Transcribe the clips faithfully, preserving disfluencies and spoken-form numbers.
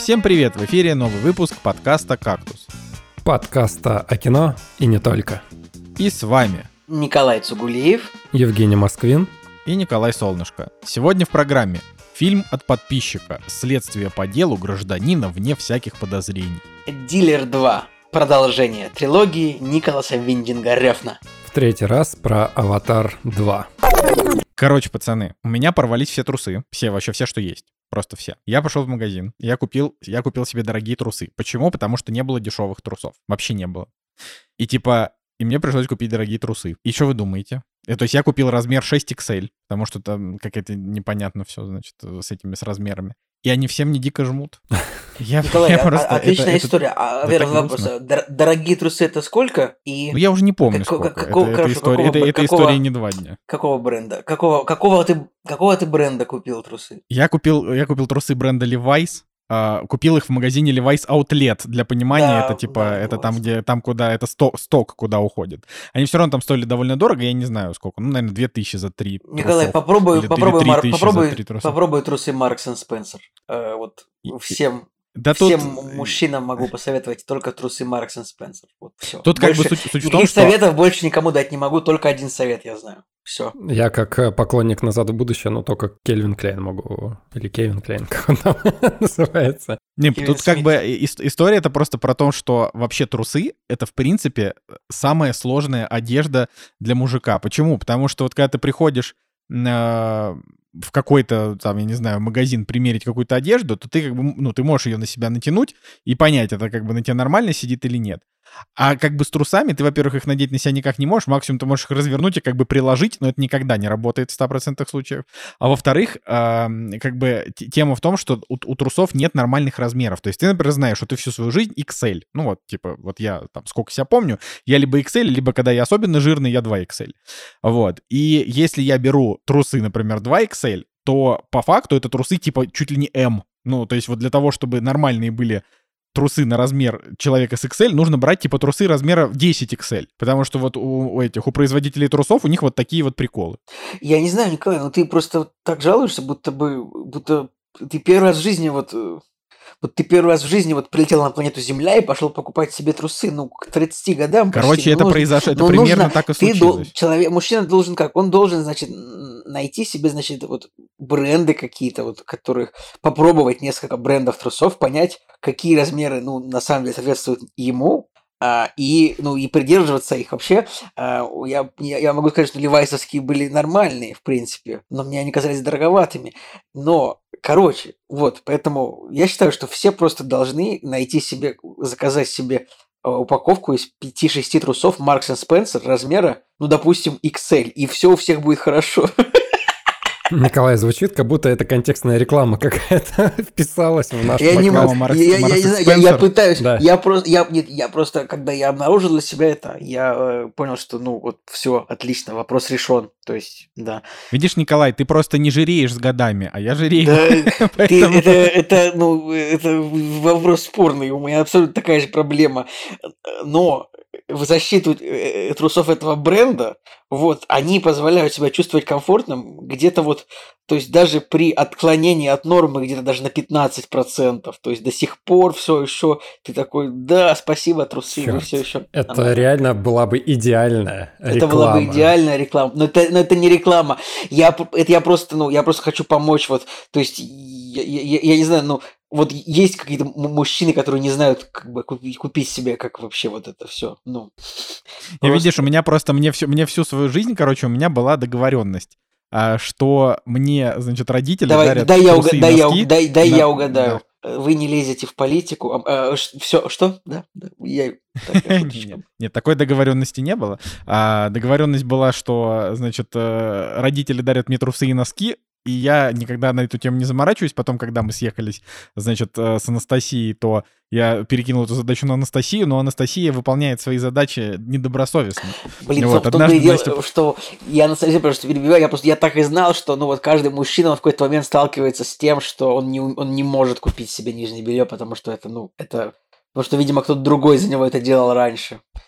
Всем привет! В эфире новый выпуск подкаста «Кактус». Подкаста о кино и не только. И с вами Николай Цугулиев, Евгений Москвин и Николай Солнышко. Сегодня в программе фильм от подписчика «Следствие по делу гражданина вне всяких подозрений». Дилер два. Продолжение трилогии Николаса Виндинга Рефна. В третий раз про «Аватар два». Короче, пацаны, у меня порвались все трусы. Все, вообще все, что есть. Просто все. Я пошел в магазин, я купил, я купил себе дорогие трусы. Почему? Потому что не было дешевых трусов. Вообще не было. И типа, и мне пришлось купить дорогие трусы. И что вы думаете? И, то есть я купил размер шесть икс эль, потому что там как-то непонятно все, значит, с этими, с размерами. И они всем не дико жмут. Я, Николай, я а, просто, отличная это, история. Это, а, это первый вопрос. Дор- дорогие трусы это сколько? И... Ну, я уже не помню, Как- сколько. какого- это, хорошо, это, история, какого- это, это какого- история не два дня. Какого бренда? Какого, какого, ты, какого ты бренда купил трусы? Я купил, я купил трусы бренда Levi's. Uh, купил их в магазине Levi's Outlet. Для понимания, Да, это типа, да, это вот. там, где, там, куда, это сто, сток, куда уходит. Они все равно там стоили довольно дорого, я не знаю сколько. Ну, наверное, две тысячи за три Николай, трусов. попробуй, Или- попробуй, или Мар- три тысячи попробуй, за три труса. попробуй трусы Marks and Spencer. Э, вот И- всем, Да всем тут, мужчинам могу посоветовать только трусы Marks and Spencer. Вот все. тут как бы суть, суть в Никаких том, что... советов больше никому дать не могу, только один совет я знаю. Все. Я как э, поклонник «Назад в будущее», но только Кельвин Клейн могу... Или Кевин Клейн, как он там называется. Не, Кевин тут как Смит. бы ис- история это просто про то, что вообще трусы — это, в принципе, самая сложная одежда для мужика. Почему? Потому что вот когда ты приходишь э, в какой-то, там, я не знаю, магазин примерить какую-то одежду, то ты как бы, ну, ты можешь ее на себя натянуть и понять, это как бы на тебе нормально сидит или нет. А как бы с трусами ты, во-первых, их надеть на себя никак не можешь, максимум ты можешь их развернуть и как бы приложить, но это никогда не работает в ста процентах случаев. А во-вторых, эм, как бы т- тема в том, что у, у трусов нет нормальных размеров. То есть ты, например, знаешь, что ты всю свою жизнь икс эль. Ну вот, типа, вот я там сколько себя помню, я либо икс эль, либо когда я особенно жирный, я два икс эль. Вот. И если я беру трусы, например, два икс эль, то по факту это трусы типа чуть ли не эм. Ну, то есть вот для того, чтобы нормальные были трусы на размер человека с икс эль, нужно брать типа трусы размера десять икс эль. Потому что вот у, у этих, у производителей трусов у них вот такие вот приколы. Я не знаю, Николай, но ты просто так жалуешься, будто бы, будто ты первый раз в жизни вот, э, вот ты первый раз в жизни вот прилетел на планету Земля и пошел покупать себе трусы, ну, к тридцати годам почти. Короче, Ну, это нужно- произошло, это ну, примерно нужно- так и Ты, дол- случилось. человек, мужчина должен как? Он должен, значит, н- найти себе, значит, вот бренды какие-то, вот, которых попробовать несколько брендов трусов, понять, какие размеры, ну, на самом деле соответствуют ему, а, и, ну, и придерживаться их вообще. А, я, я, я могу сказать, что левайсовские были нормальные, в принципе, но мне они казались дороговатыми. Но, короче, вот, поэтому я считаю, что все просто должны найти себе, заказать себе э, упаковку из пяти-шести трусов Marks and Spencer размера, ну, допустим, икс эль, и все у всех будет хорошо. Николай, звучит, как будто это контекстная реклама какая-то вписалась в наш Я не подкаст. могу, Маркс- я, я- я Маркс не и знаю, я, я Спенсер. пытаюсь, Да. я просто, я, нет, я просто, когда я обнаружил для себя это, я э, понял, что, ну, вот, все, отлично, вопрос решен, то есть, да. Видишь, Николай, ты просто не жиреешь с годами, а я жирею. Да, ты, Поэтому- это, это, ну, это вопрос спорный, у меня абсолютно такая же проблема, но в защиту э, трусов этого бренда, вот, они позволяют себя чувствовать комфортным где-то вот, то есть даже при отклонении от нормы где-то даже на пятнадцать процентов, то есть до сих пор все еще ты такой, да, спасибо, трусы, вы Чёрт, все еще. Это реально была бы идеальная реклама. Это была бы идеальная реклама, но это, но это не реклама. Я, п- это я просто, ну, я просто хочу помочь, вот, то есть, я, я- я не знаю, ну, вот есть какие-то м- мужчины, которые не знают, как бы купить, купить себе, как вообще вот это все, ну. Я, просто- видишь, у меня просто, мне, всю, мне всю свою жизнь, короче, у меня была договоренность, а, что мне, значит, родители Давай, дарят дай я, трусы уга- и дай, я, носки уг- дай, дай на- я угадаю. Вы не лезете в политику. все, что? Да? да, Я, так, я шуточка. Нет, нет, такой договоренности не было. А, договоренность была, что, значит, э, родители дарят мне трусы и носки, и я никогда на эту тему не заморачиваюсь. Потом, когда мы съехались, значит, э, с Анастасией, то я перекинул эту задачу на Анастасию, но Анастасия выполняет свои задачи недобросовестно. Блин, Вот, в том-то однажды и дело, Настя- что я на самом деле просто перебиваю, я просто я так и знал, что ну вот каждый мужчина он в какой-то момент сталкивается с тем, что он не, у- он не может купить себе нижнее белье, потому что это, ну, это, потому что, видимо, кто-то другой за него это делал раньше.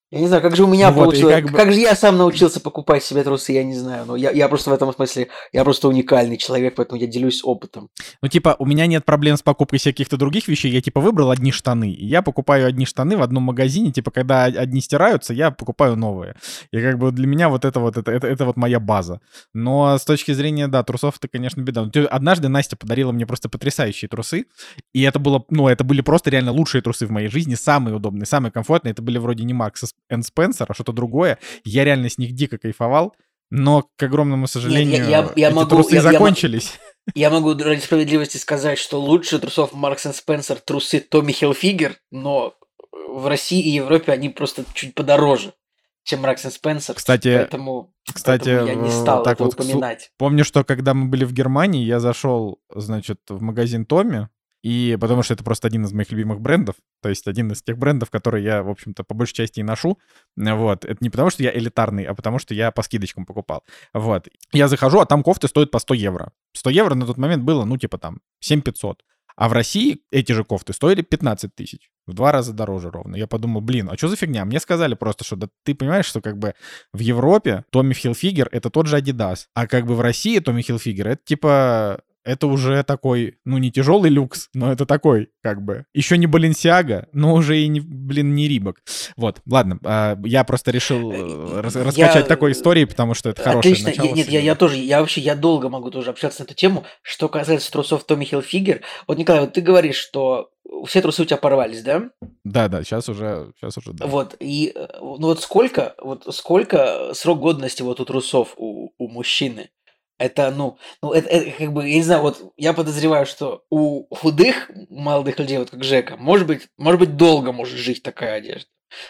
Я не знаю, как же у меня Ну вот, и получилось, как как, бы- же я сам научился покупать себе трусы, я не знаю. Но я, я просто в этом смысле, я просто уникальный человек, поэтому я делюсь опытом. Ну, типа, у меня нет проблем с покупкой себе каких-то других вещей. Я, типа, выбрал одни штаны. И я покупаю одни штаны в одном магазине. Типа, когда одни стираются, я покупаю новые. И как бы для меня вот это вот, это, это, это вот моя база. Но с точки зрения, да, трусов это, конечно, беда. Ну, ты- Однажды Настя подарила мне просто потрясающие трусы. И это было, ну, это были просто реально лучшие трусы в моей жизни. Самые удобные, самые комфортные. Это были вроде не Marks энд Spencer, а что-то другое. Я реально с них дико кайфовал. Но, к огромному сожалению, я- я эти могу- трусы я- я мо- закончились. Я могу ради справедливости сказать, что лучше трусов Marks энд Spencer трусы Tommy Hilfiger, но в России и Европе они просто чуть подороже, чем Marks энд Spencer. Кстати, поэтому, Кстати, поэтому я не э, стал так это вот, к слу- упоминать. помню, что когда мы были в Германии, я зашел, значит, в магазин Томми, и потому что это просто один из моих любимых брендов, то есть один из тех брендов, которые я, в общем-то, по большей части и ношу. Вот. Это не потому, что я элитарный, а потому что я по скидочкам покупал. Вот. Я захожу, а там кофты стоят по сто евро. сто евро на тот момент было, ну, типа там, семь тысяч пятьсот. А в России эти же кофты стоили пятнадцать тысяч. В два раза дороже ровно. Я подумал, блин, а что за фигня? Мне сказали просто, что да ты понимаешь, что как бы в Европе Tommy Hilfiger это тот же Adidas, а как бы в России Tommy Hilfiger это типа... Это уже такой, ну, не тяжелый люкс, но это такой, как бы. Еще не Balenciaga, но уже и, не, блин, не Рибок. Вот, ладно, а, я просто решил э, рас- Я- раскачать такой истории, потому что это хорошее Отлично. начало. Я- нет, я, я тоже, я вообще, я долго могу тоже общаться на эту тему. Что касается трусов Tommy Hilfiger, вот, Николай, вот ты говоришь, что все трусы у тебя порвались, да? Да, да, сейчас уже, сейчас уже, да. Вот, и э, ну вот сколько, вот сколько срок годности вот у трусов у, у мужчины? Это, ну, ну это, это как бы, я не знаю, вот я подозреваю, что у худых молодых людей, вот как Жека, может быть, может быть, долго может жить такая одежда.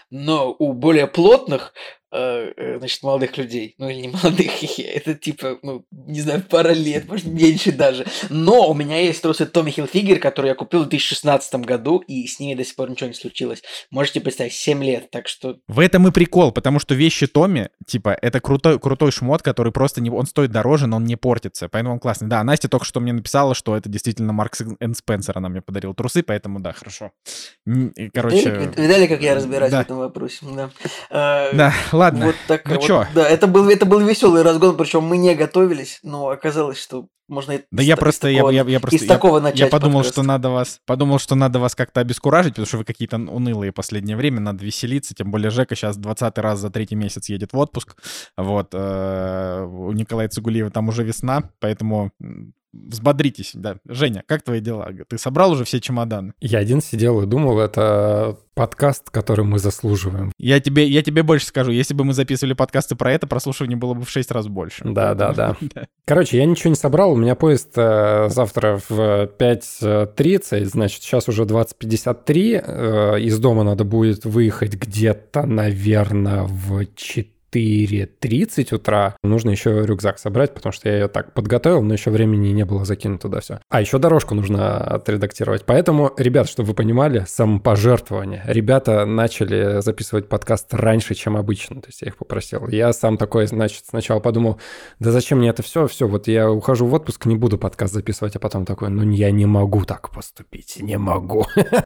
Но у более плотных, э, э, значит, молодых людей, ну или не молодых, это типа, ну, не знаю, пара лет, может, меньше даже. Но у меня есть трусы Tommy Hilfiger, которые я купил в две тысячи шестнадцатом году, и с ними до сих пор ничего не случилось. Можете представить, семь лет, так что... В этом и прикол, потому что вещи Томми, типа, это крутой, крутой шмот, который просто не... Он стоит дороже, но он не портится, поэтому он классный. Да, Настя только что мне написала, что это действительно Marks энд Spencer, она мне подарила трусы, поэтому да, хорошо. Н- и, Короче... Видали, видали, как я разбираюсь да. в этом вопросе? Да. Э, Да, ладно. Вот так. Ну вот, чё? Да, это был, это был веселый разгон, причем мы не готовились, но оказалось, что можно и Да из я та- просто, из я, такого, я, я просто, из я, такого начать я подумал, подкаст. что надо вас, подумал, что надо вас как-то обескуражить, потому что вы какие-то унылые последнее время, надо веселиться, тем более Жека сейчас двадцатый раз за третий месяц едет в отпуск, вот, э, у Николая Цугулиева там уже весна, поэтому м, взбодритесь, да. Женя, как твои дела? Ты собрал уже все чемоданы? Я один сидел и думал, это подкаст, который мы заслуживаем. Я тебе, я тебе больше скажу, если бы мы записывали подкасты про это, прослушивание было бы в шесть раз больше. Да, да, да. Короче, я ничего не собрал, у меня поезд э, завтра в пять тридцать, значит, сейчас уже двадцать пятьдесят три, э, из дома надо будет выехать где-то, наверное, в четыре тридцать утра. Нужно еще рюкзак собрать, потому что я ее так подготовил, но еще времени не было закинуть туда все. А еще дорожку нужно отредактировать. Поэтому, ребят, чтобы вы понимали, самопожертвование. Ребята начали записывать подкаст раньше, чем обычно. То есть я их попросил. Я сам такой, значит, сначала подумал, да зачем мне это все? Все, вот я ухожу в отпуск, не буду подкаст записывать, а потом такой, ну я не могу так поступить, не могу.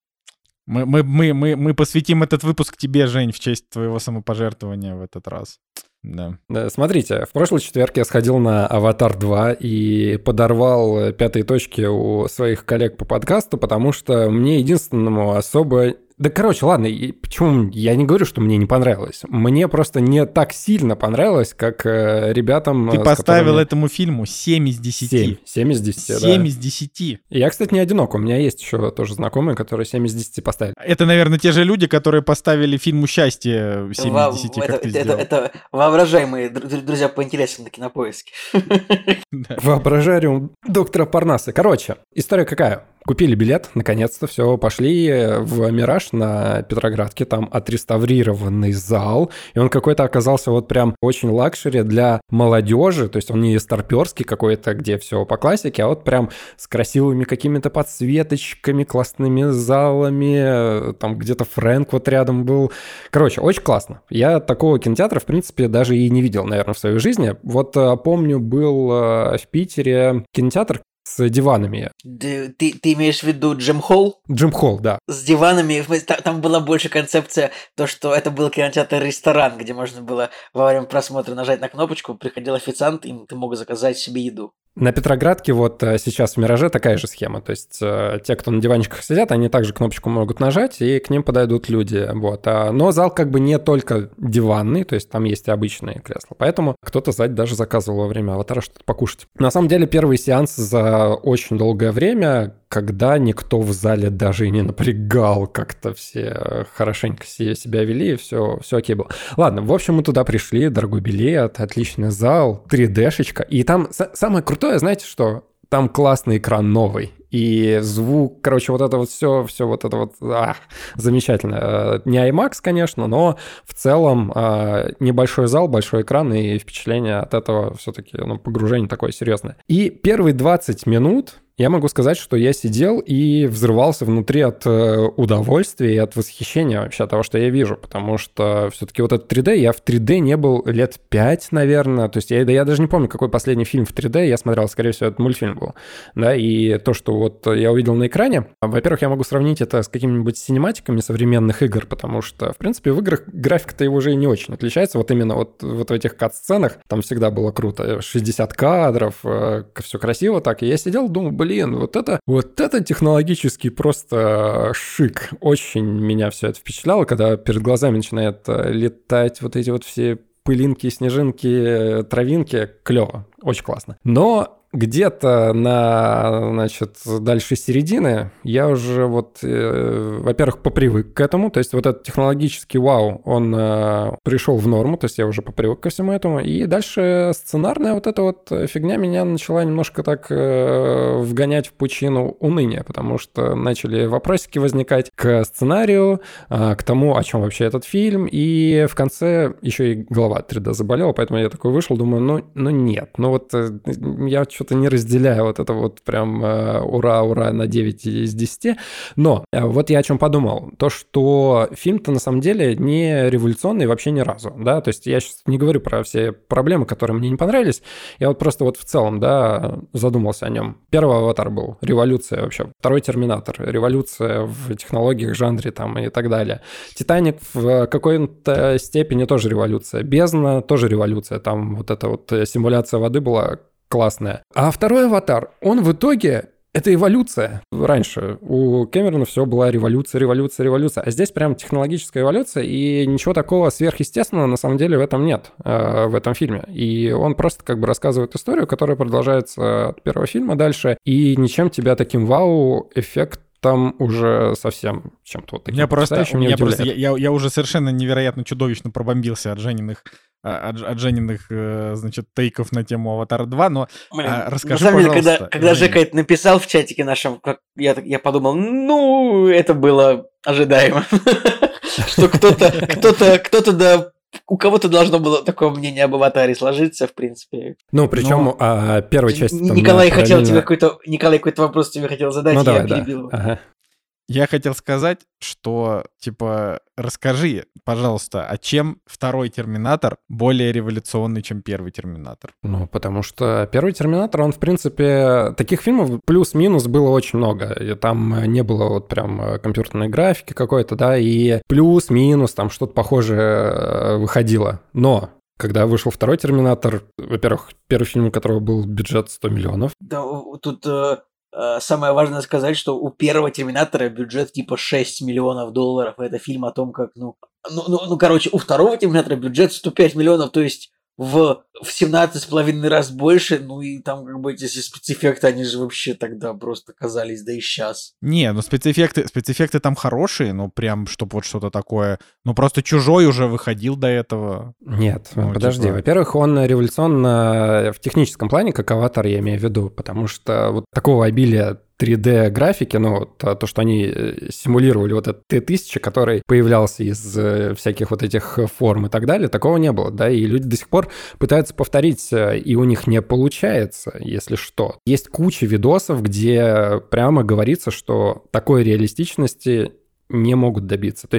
Мы, мы, мы, мы, мы посвятим этот выпуск тебе, Жень, в честь твоего самопожертвования в этот раз. Да. Да, смотрите, в прошлый четверг я сходил на «Аватар два» и подорвал пятые точки у своих коллег по подкасту, потому что мне единственному особо... Да, короче, ладно, и почему я не говорю, что мне не понравилось. Мне просто не так сильно понравилось, как э, ребятам... Ты с поставил которыми... этому фильму семь из десяти. семь. семь из десяти, семь да. из десяти. И я, кстати, не одинок. У меня есть еще тоже знакомые, которые семь из десяти поставили. Это, наверное, те же люди, которые поставили фильму «Счастье» семь Во- из десяти, это, как ты это, сделал. это воображаемые др- друзья по интересам на Кинопоиске. Да. Воображариум доктора Парнаса. Короче, история какая? Купили билет, наконец-то, все, пошли в «Мираж» на Петроградке, там отреставрированный зал, и он какой-то оказался вот прям очень лакшери для молодежи, то есть он не старперский какой-то, где все по классике, а вот прям с красивыми какими-то подсветочками, классными залами, там где-то Фрэнк вот рядом был. Короче, очень классно. Я такого кинотеатра, в принципе, даже и не видел, наверное, в своей жизни. Вот помню, был в Питере кинотеатр, с диванами. Ты, ты, ты имеешь в виду джем-холл? Джем-холл, да. С диванами, там была больше концепция, то, что это был кинотеатр-ресторан, где можно было во время просмотра нажать на кнопочку, приходил официант, и ты мог заказать себе еду. На Петроградке вот сейчас в «Мираже» такая же схема. То есть э, те, кто на диванчиках сидят, они также кнопочку могут нажать, и к ним подойдут люди. Вот. А, но зал как бы не только диванный, то есть там есть и обычные кресла. Поэтому кто-то сзади даже заказывал во время «Аватара» что-то покушать. На самом деле первый сеанс за очень долгое время, когда никто в зале даже и не напрягал, как-то все хорошенько себя вели, и все, все окей было. Ладно, в общем, мы туда пришли, дорогой билет, отличный зал, три дэ-шечка. И там самое крутое, знаете что? Там классный экран новый. И звук, короче, вот это вот все, все вот это вот, ах, замечательно. Не IMAX, конечно, но в целом небольшой зал, большой экран, и впечатление от этого все-таки, ну, погружение такое серьезное. И первые двадцать минут я могу сказать, что я сидел и взрывался внутри от удовольствия и от восхищения вообще от того, что я вижу, потому что все-таки вот этот три дэ, я в три дэ не был лет пять, наверное, то есть я, да, я даже не помню, какой последний фильм в три дэ я смотрел, скорее всего, это мультфильм был, да, и то, что вот я увидел на экране, во-первых, я могу сравнить это с какими-нибудь синематиками современных игр, потому что, в принципе, в играх графика-то его уже и не очень отличается, вот именно вот, вот в этих кат-сценах, там всегда было круто, шестьдесят кадров, все красиво так, и я сидел, думал, блин, вот это, вот это технологически просто шик. Очень меня все это впечатляло, когда перед глазами начинают летать вот эти вот все пылинки, снежинки, травинки. Клево, очень классно. Но где-то на, значит, дальше середины я уже вот, э, во-первых, попривык к этому, то есть вот этот технологический вау, он э, пришел в норму, то есть я уже попривык ко всему этому, и дальше сценарная вот эта вот фигня меня начала немножко так э, вгонять в пучину уныния, потому что начали вопросики возникать к сценарию, э, к тому, о чем вообще этот фильм, и в конце еще и голова три дэ заболела, поэтому я такой вышел, думаю, ну, ну нет, ну вот э, я что-то не разделяю вот это вот прям ура-ура на девять из десяти. Но вот я о чем подумал. То, что фильм-то на самом деле не революционный вообще ни разу, да, то есть я сейчас не говорю про все проблемы, которые мне не понравились, я вот просто вот в целом, да, задумался о нем. Первый «Аватар» был революция вообще, второй «Терминатор», революция в технологиях, жанре там и так далее. «Титаник» в какой-то степени тоже революция. «Бездна» тоже революция, там вот эта вот симуляция воды была классная. А второй «Аватар», он в итоге это эволюция. Раньше у Кэмерона все была революция, революция, революция. А здесь прям технологическая эволюция, и ничего такого сверхъестественного на самом деле в этом нет, э, в этом фильме. И он просто как бы рассказывает историю, которая продолжается от первого фильма дальше, и ничем тебя таким вау-эффект там уже совсем чем-то вот таким. Меня просто, у меня просто я, я, я уже совершенно невероятно чудовищно пробомбился от Жениных, от, от Жениных, значит, тейков на тему «Аватара два», но Блин, а, расскажи, на самом деле, когда, когда Жека это написал в чатике нашем, как, я, я подумал, ну, это было ожидаемо, что кто-то, кто-то, кто-то, да, у кого-то должно было такое мнение об «Аватаре» сложиться, в принципе. Ну, причем Но... а, первая часть... Николай там, хотел параллельно... тебе какой-то... Николай какой-то вопрос тебе хотел задать, ну, и давай, я перебил его. Да. Ага. Я хотел сказать, что, типа, расскажи, пожалуйста, а чем второй «Терминатор» более революционный, чем первый «Терминатор»? Ну, потому что первый «Терминатор», он, в принципе, таких фильмов плюс-минус было очень много. И там не было вот прям компьютерной графики какой-то, да, и плюс-минус там что-то похожее выходило. Но когда вышел второй «Терминатор», во-первых, первый фильм, у которого был бюджет сто миллионов. Да, тут... Самое важное сказать, что у первого «Терминатора» бюджет типа шесть миллионов долларов. Это фильм о том, как, ну... Ну, ну, ну короче, у второго «Терминатора» бюджет сто пять миллионов, то есть в, в семнадцать с половиной раз больше. Ну и там как бы эти спецэффекты, они же вообще тогда просто казались, да и сейчас. Не, ну спецэффекты, спецэффекты там хорошие, ну прям, чтобы вот что-то такое... Ну просто «Чужой» уже выходил до этого. Нет, ну, подожди. типа... Во-первых, он революционно в техническом плане, как «Аватар», я имею в виду, потому что вот такого обилия три дэ-графики, ну, то, то, что они симулировали вот этот Т тысяча, который появлялся из всяких вот этих форм и так далее, такого не было, да, и люди до сих пор пытаются повторить, и у них не получается, если что. Есть куча видосов, где прямо говорится, что такой реалистичности не могут добиться. То есть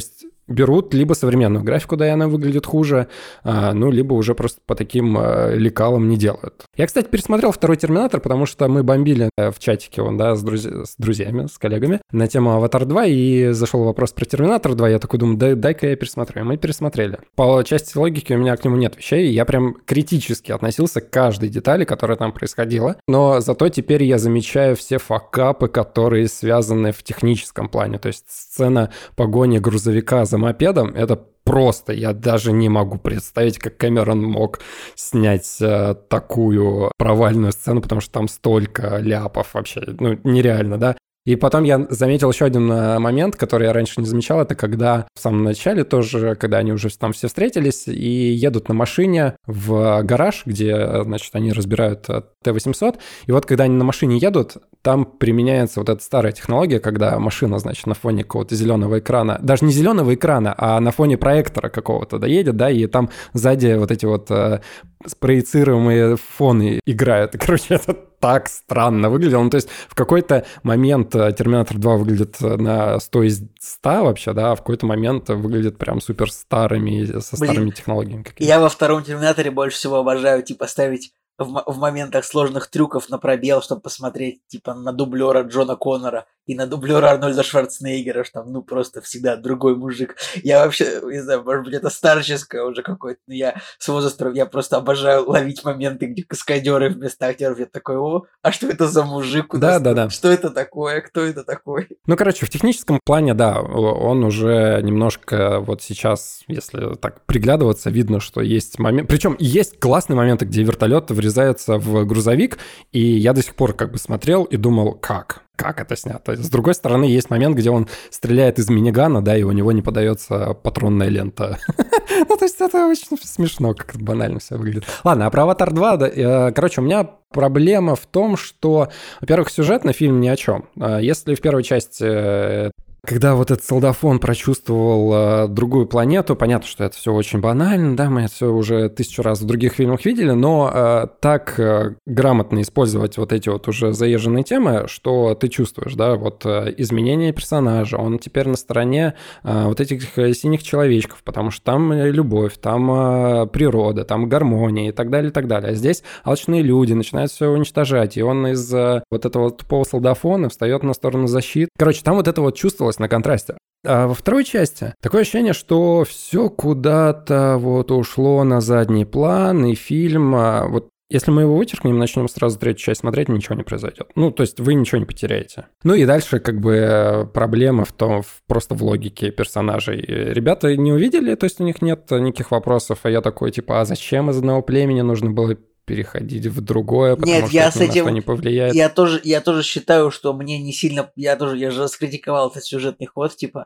берут либо современную графику, да, и она выглядит хуже, а, ну, либо уже просто по таким а, лекалам не делают. Я, кстати, пересмотрел второй «Терминатор», потому что мы бомбили в чатике, он, да, с, друз... с друзьями, с коллегами на тему «Аватар два», и зашел вопрос про «Терминатор два», я такой думаю, да, дай-ка я пересмотрю. И мы пересмотрели. По части логики у меня к нему нет вещей, я прям критически относился к каждой детали, которая там происходила, но зато теперь я замечаю все факапы, которые связаны в техническом плане, то есть сцена погони грузовика за мопедом, это просто, я даже не могу представить, как Кэмерон мог снять э, такую провальную сцену, потому что там столько ляпов вообще, ну, нереально, да. И потом я заметил еще один момент, который я раньше не замечал, это когда в самом начале тоже, когда они уже там все встретились и едут на машине в гараж, где, значит, они разбирают Т восемьсот, и вот когда они на машине едут, там применяется вот эта старая технология, когда машина, значит, на фоне какого-то зеленого экрана, даже не зеленого экрана, а на фоне проектора какого-то, да, едет, да, и там сзади вот эти вот э, спроецируемые фоны играют. И, короче, это так странно выглядело. Ну, то есть в какой-то момент «Терминатор два» выглядит на сто из ста вообще, да, а в какой-то момент выглядит прям супер старыми, со Блин, старыми технологиями. Какими-то. Я во втором «Терминаторе» больше всего обожаю, типа, ставить в, в моментах сложных трюков на пробел, чтобы посмотреть, типа, на дублера Джона Коннора и на дублера Арнольда Шварценеггера, что там, ну, просто всегда другой мужик. Я вообще, не знаю, может быть, это старческое уже какое-то, но я с возрастом, я просто обожаю ловить моменты, где каскадеры вместо актеров. Я такой, о, а что это за мужик? Да, да, да. Что это такое? Кто это такой? Ну, короче, в техническом плане, да, он уже немножко вот сейчас, если так приглядываться, видно, что есть момент... Причем есть классные моменты, где вертолет врезается в грузовик, и я до сих пор как бы смотрел и думал, как? Как это снято? С другой стороны, есть момент, где он стреляет из минигана, да, и у него не подается патронная лента. Ну, то есть это очень смешно, как банально все выглядит. Ладно, а про «Аватар два», да, короче, у меня проблема в том, что, во-первых, сюжетный фильм ни о чем. Если в первой части... Когда вот этот солдафон прочувствовал э, другую планету, понятно, что это все очень банально, да, мы это все уже тысячу раз в других фильмах видели, но э, так э, грамотно использовать вот эти вот уже заезженные темы, что ты чувствуешь, да, вот э, изменение персонажа, он теперь на стороне э, вот этих э, синих человечков, потому что там любовь, там э, природа, там гармония и так далее, и так далее. А здесь алчные люди начинают все уничтожать, и он из э, вот этого тупого солдафона встает на сторону защиты. Короче, там вот это вот чувствовалось на контрасте. А во второй части такое ощущение, что все куда-то вот ушло на задний план, и фильм, вот если мы его вычеркнем, начнем сразу третью часть смотреть, ничего не произойдет. Ну, то есть вы ничего не потеряете. Ну и дальше как бы проблема в том, в, просто в логике персонажей. Ребята не увидели, то есть у них нет никаких вопросов, а я такой, типа, а зачем из одного племени нужно было переходить в другое, потому Нет, что я это с ни на этим, что не повлияет. Я тоже, я тоже считаю, что мне не сильно... Я тоже, я же раскритиковал этот сюжетный ход, типа,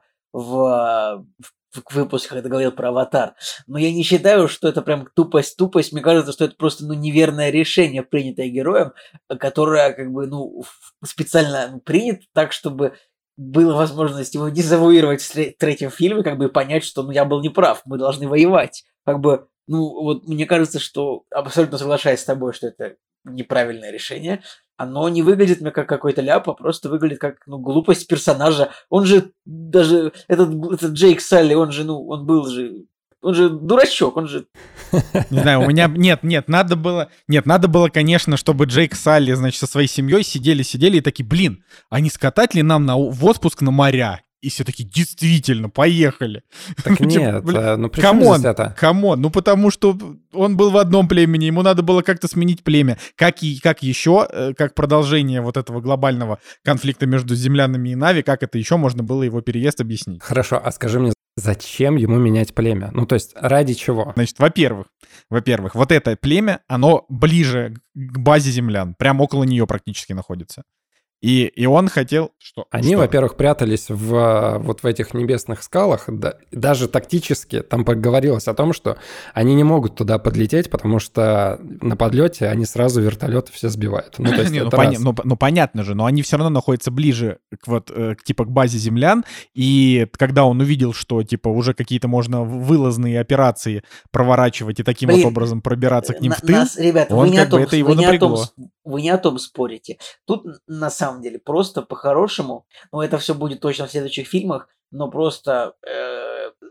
в, в, в выпуске, когда говорил про «Аватар». Но я не считаю, что это прям тупость-тупость. Мне кажется, что это просто, ну, неверное решение, принятое героем, которое, как бы, ну, специально принято так, чтобы была возможность его дезавуировать в третьем фильме, как бы, и понять, что, ну, я был неправ, мы должны воевать. Как бы, ну, вот мне кажется, что, абсолютно соглашаюсь с тобой, что это неправильное решение, оно не выглядит мне как какой-то ляп, а просто выглядит как, ну, глупость персонажа. Он же даже, этот, этот Джейк Салли, он же, ну, он был же, он же дурачок, он же... Не знаю, у меня... Нет, нет, надо было... Нет, надо было, конечно, чтобы Джейк Салли, значит, со своей семьей сидели-сидели и такие, блин, а не скатать ли нам на, в отпуск на моря? И все таки действительно, поехали. Так нет, ну при чем здесь это? Камон, ну потому что он был в одном племени, ему надо было как-то сменить племя. Как, и, как еще, как продолжение вот этого глобального конфликта между землянами и Нави, как это еще можно было его переезд объяснить? Хорошо, а скажи мне, зачем ему менять племя? Ну то есть ради чего? Значит, во-первых, во-первых, вот это племя, оно ближе к базе землян, прям около нее практически находится. И, и он хотел... Что? Они, что? во-первых, прятались в, вот в этих небесных скалах, да, даже тактически там поговорилось о том, что они не могут туда подлететь, потому что на подлете они сразу вертолеты все сбивают. Ну, то есть Не, это ну, раз. поня- ну, ну, понятно же, но они все равно находятся ближе к, вот, э, к, типа, к базе землян, и когда он увидел, что типа уже какие-то можно вылазные операции проворачивать и таким Блин, вот образом пробираться к ним на- в тыл, нас, ребята, он вы не как о том, бы это его вы не о том, напрягло. с- вы не о том спорите. Тут на самом деле просто по-хорошему, ну это все будет точно в следующих фильмах, но просто э,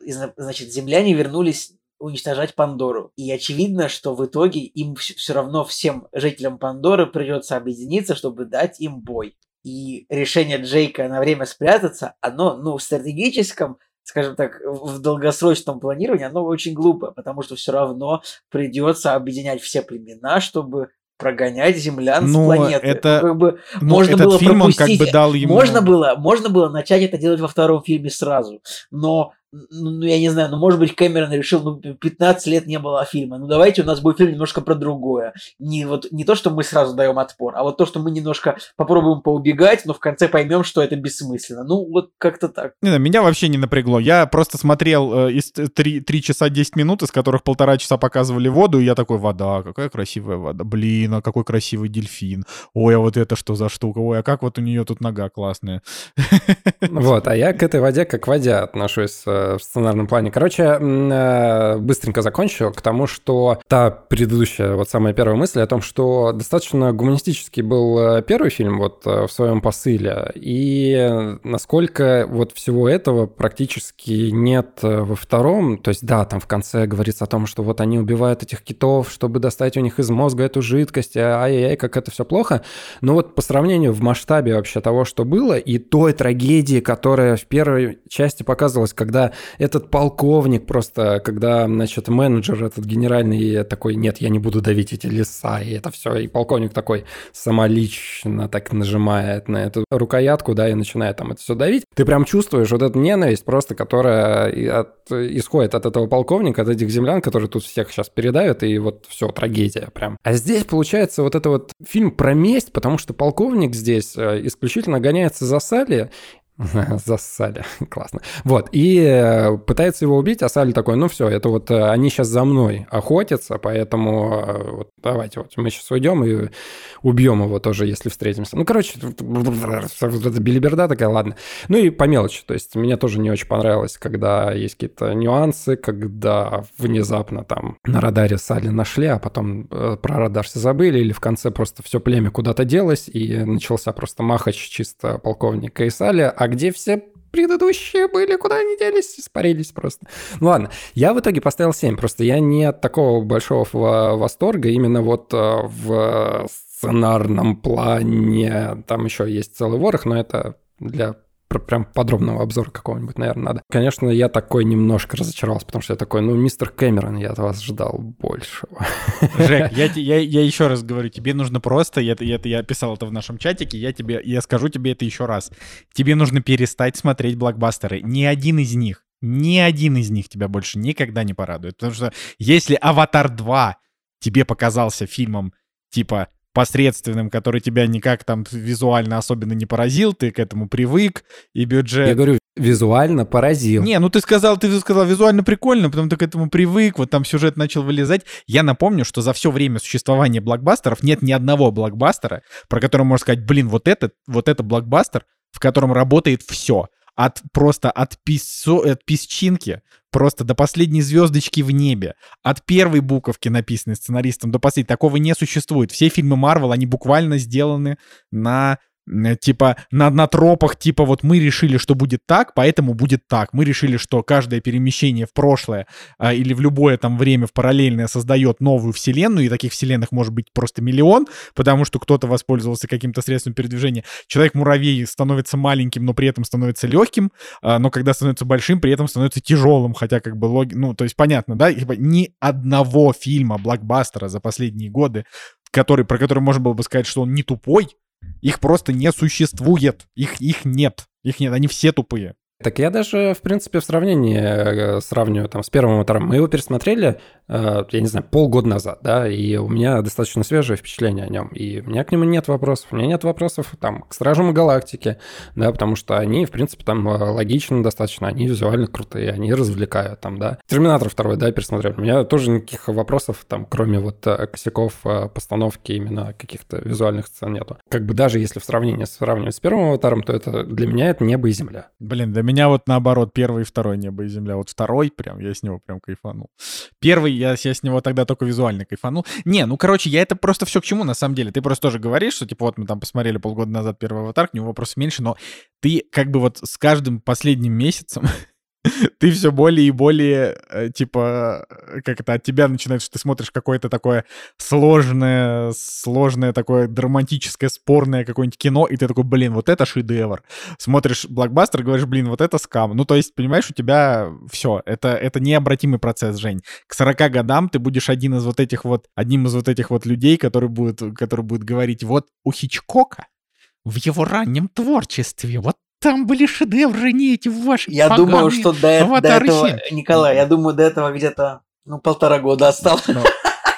значит, земляне вернулись уничтожать Пандору. И очевидно, что в итоге им все равно всем жителям Пандоры придется объединиться, чтобы дать им бой. И решение Джейка на время спрятаться, оно, ну, в стратегическом, скажем так, в долгосрочном планировании, оно очень глупое, потому что все равно придется объединять все племена, чтобы прогонять землян ну, с планеты. Это... Ну, как бы ну, можно этот было фильм, пропустить. Он как бы дал ему... можно, было, можно было начать это делать во втором фильме сразу, но ну, я не знаю, ну, может быть, Кэмерон решил, ну, пятнадцать лет не было фильма, ну, давайте у нас будет фильм немножко про другое. Не, вот, не то, что мы сразу даем отпор, а вот то, что мы немножко попробуем поубегать, но в конце поймем, что это бессмысленно. Ну, вот как-то так. Не, меня вообще не напрягло. Я просто смотрел э, из три часа десять минут, из которых полтора часа показывали воду, и я такой, вода, какая красивая вода. Блин, а какой красивый дельфин. Ой, а вот это что за штука? Ой, а как вот у нее тут нога классная. Вот, а я к этой воде как к воде отношусь в сценарном плане. Короче, быстренько закончу к тому, что та предыдущая, вот самая первая мысль о том, что достаточно гуманистический был первый фильм вот в своем посыле, и насколько вот всего этого практически нет во втором. То есть да, там в конце говорится о том, что вот они убивают этих китов, чтобы достать у них из мозга эту жидкость, ай-яй-яй, как это все плохо. Но вот по сравнению в масштабе вообще того, что было, и той трагедии, которая в первой части показывалась, когда этот полковник просто, когда, значит, менеджер этот генеральный такой, нет, я не буду давить эти леса, и это все, и полковник такой самолично так нажимает на эту рукоятку, да, и начинает там это все давить, ты прям чувствуешь вот эту ненависть просто, которая от, исходит от этого полковника, от этих землян, которые тут всех сейчас передавят, и вот все, трагедия прям. А здесь получается вот это вот фильм про месть, потому что полковник здесь исключительно гоняется за Салли. Зассали, классно. Вот, и пытается его убить, а Салли такой, ну все, это вот они сейчас за мной охотятся, поэтому вот давайте вот мы сейчас уйдем и убьем его тоже, если встретимся. Ну, короче, это билиберда такая, ладно. Ну и по мелочи, то есть мне тоже не очень понравилось, когда есть какие-то нюансы, когда внезапно там на радаре Салли нашли, а потом про радар все забыли, или в конце просто все племя куда-то делось, и начался просто махач чисто полковника и Салли, а где все предыдущие были, куда они делись, испарились просто. Ну ладно, я в итоге поставил семь, просто я не от такого большого восторга именно вот в сценарном плане, там еще есть целый ворох, но это для прям подробного обзора какого-нибудь, наверное, надо. Конечно, я такой немножко разочаровался, потому что я такой, ну, мистер Кэмерон, я от вас ждал большего. Жек, я, я, я еще раз говорю, тебе нужно просто, я, я, я писал это в нашем чатике, я, тебе, я скажу тебе это еще раз. Тебе нужно перестать смотреть блокбастеры. Ни один из них, ни один из них тебя больше никогда не порадует. Потому что если «Аватар два» тебе показался фильмом типа посредственным, который тебя никак там визуально особенно не поразил, ты к этому привык, и бюджет... Я говорю, визуально поразил. Не, ну ты сказал, ты сказал визуально прикольно, потом ты к этому привык, вот там сюжет начал вылезать. Я напомню, что за все время существования блокбастеров нет ни одного блокбастера, про который можно сказать, блин, вот это, вот это блокбастер, в котором работает все. От, просто от, писо, от песчинки, просто до последней звездочки в небе. От первой буковки, написанной сценаристом, до последней. Такого не существует. Все фильмы Marvel, они буквально сделаны на... типа на, на тропах, типа вот мы решили, что будет так, поэтому будет так. Мы решили, что каждое перемещение в прошлое а, или в любое там время в параллельное создает новую вселенную, и таких вселенных может быть просто миллион, потому что кто-то воспользовался каким-то средством передвижения. Человек-муравей становится маленьким, но при этом становится легким, а, но когда становится большим, при этом становится тяжелым, хотя как бы логи... ну, то есть понятно, да? Типа, ни одного фильма блокбастера за последние годы, который, про который можно было бы сказать, что он не тупой, их просто не существует. Их, их нет. Их нет. Они все тупые. Так я даже, в принципе, в сравнении сравниваю там с первым «Аватаром». Мы его пересмотрели, я не знаю, полгода назад, да, и у меня достаточно свежее впечатление о нем. И у меня к нему нет вопросов. У меня нет вопросов там к «Стражам Галактики», да, потому что они, в принципе, там логично достаточно, они визуально крутые, они развлекают там, да. «Терминатор два», да, пересмотрел. У меня тоже никаких вопросов там, кроме вот косяков постановки именно каких-то визуальных сцен нету. Как бы даже если в сравнении сравнивать с первым «Аватаром», то это для меня это небо и земля. Блин, да меня вот наоборот, первый и второй «Небо и земля». Вот второй прям, я с него прям кайфанул. Первый, я, я с него тогда только визуально кайфанул. Не, ну, короче, я это просто все к чему, на самом деле. Ты просто тоже говоришь, что, типа, вот мы там посмотрели полгода назад первый «Аватар», к нему вопросов меньше, но ты как бы вот с каждым последним месяцем ты все более и более, э, типа, э, как это, от тебя начинается, что ты смотришь какое-то такое сложное, сложное такое драматическое, спорное какое-нибудь кино, и ты такой, блин, вот это шедевр. Смотришь блокбастер, говоришь, блин, вот это скам. Ну, то есть, понимаешь, у тебя все, это, это необратимый процесс, Жень. К сорока годам ты будешь один из вот этих вот, одним из вот этих вот людей, который будет, который будет говорить, вот у Хичкока в его раннем творчестве, вот там были шедевры, не эти ваши Я поганые думаю, что до, э- до «Аватар» и этого, «Семь». Николай, я думаю, до этого где-то ну, полтора года осталось. Ну,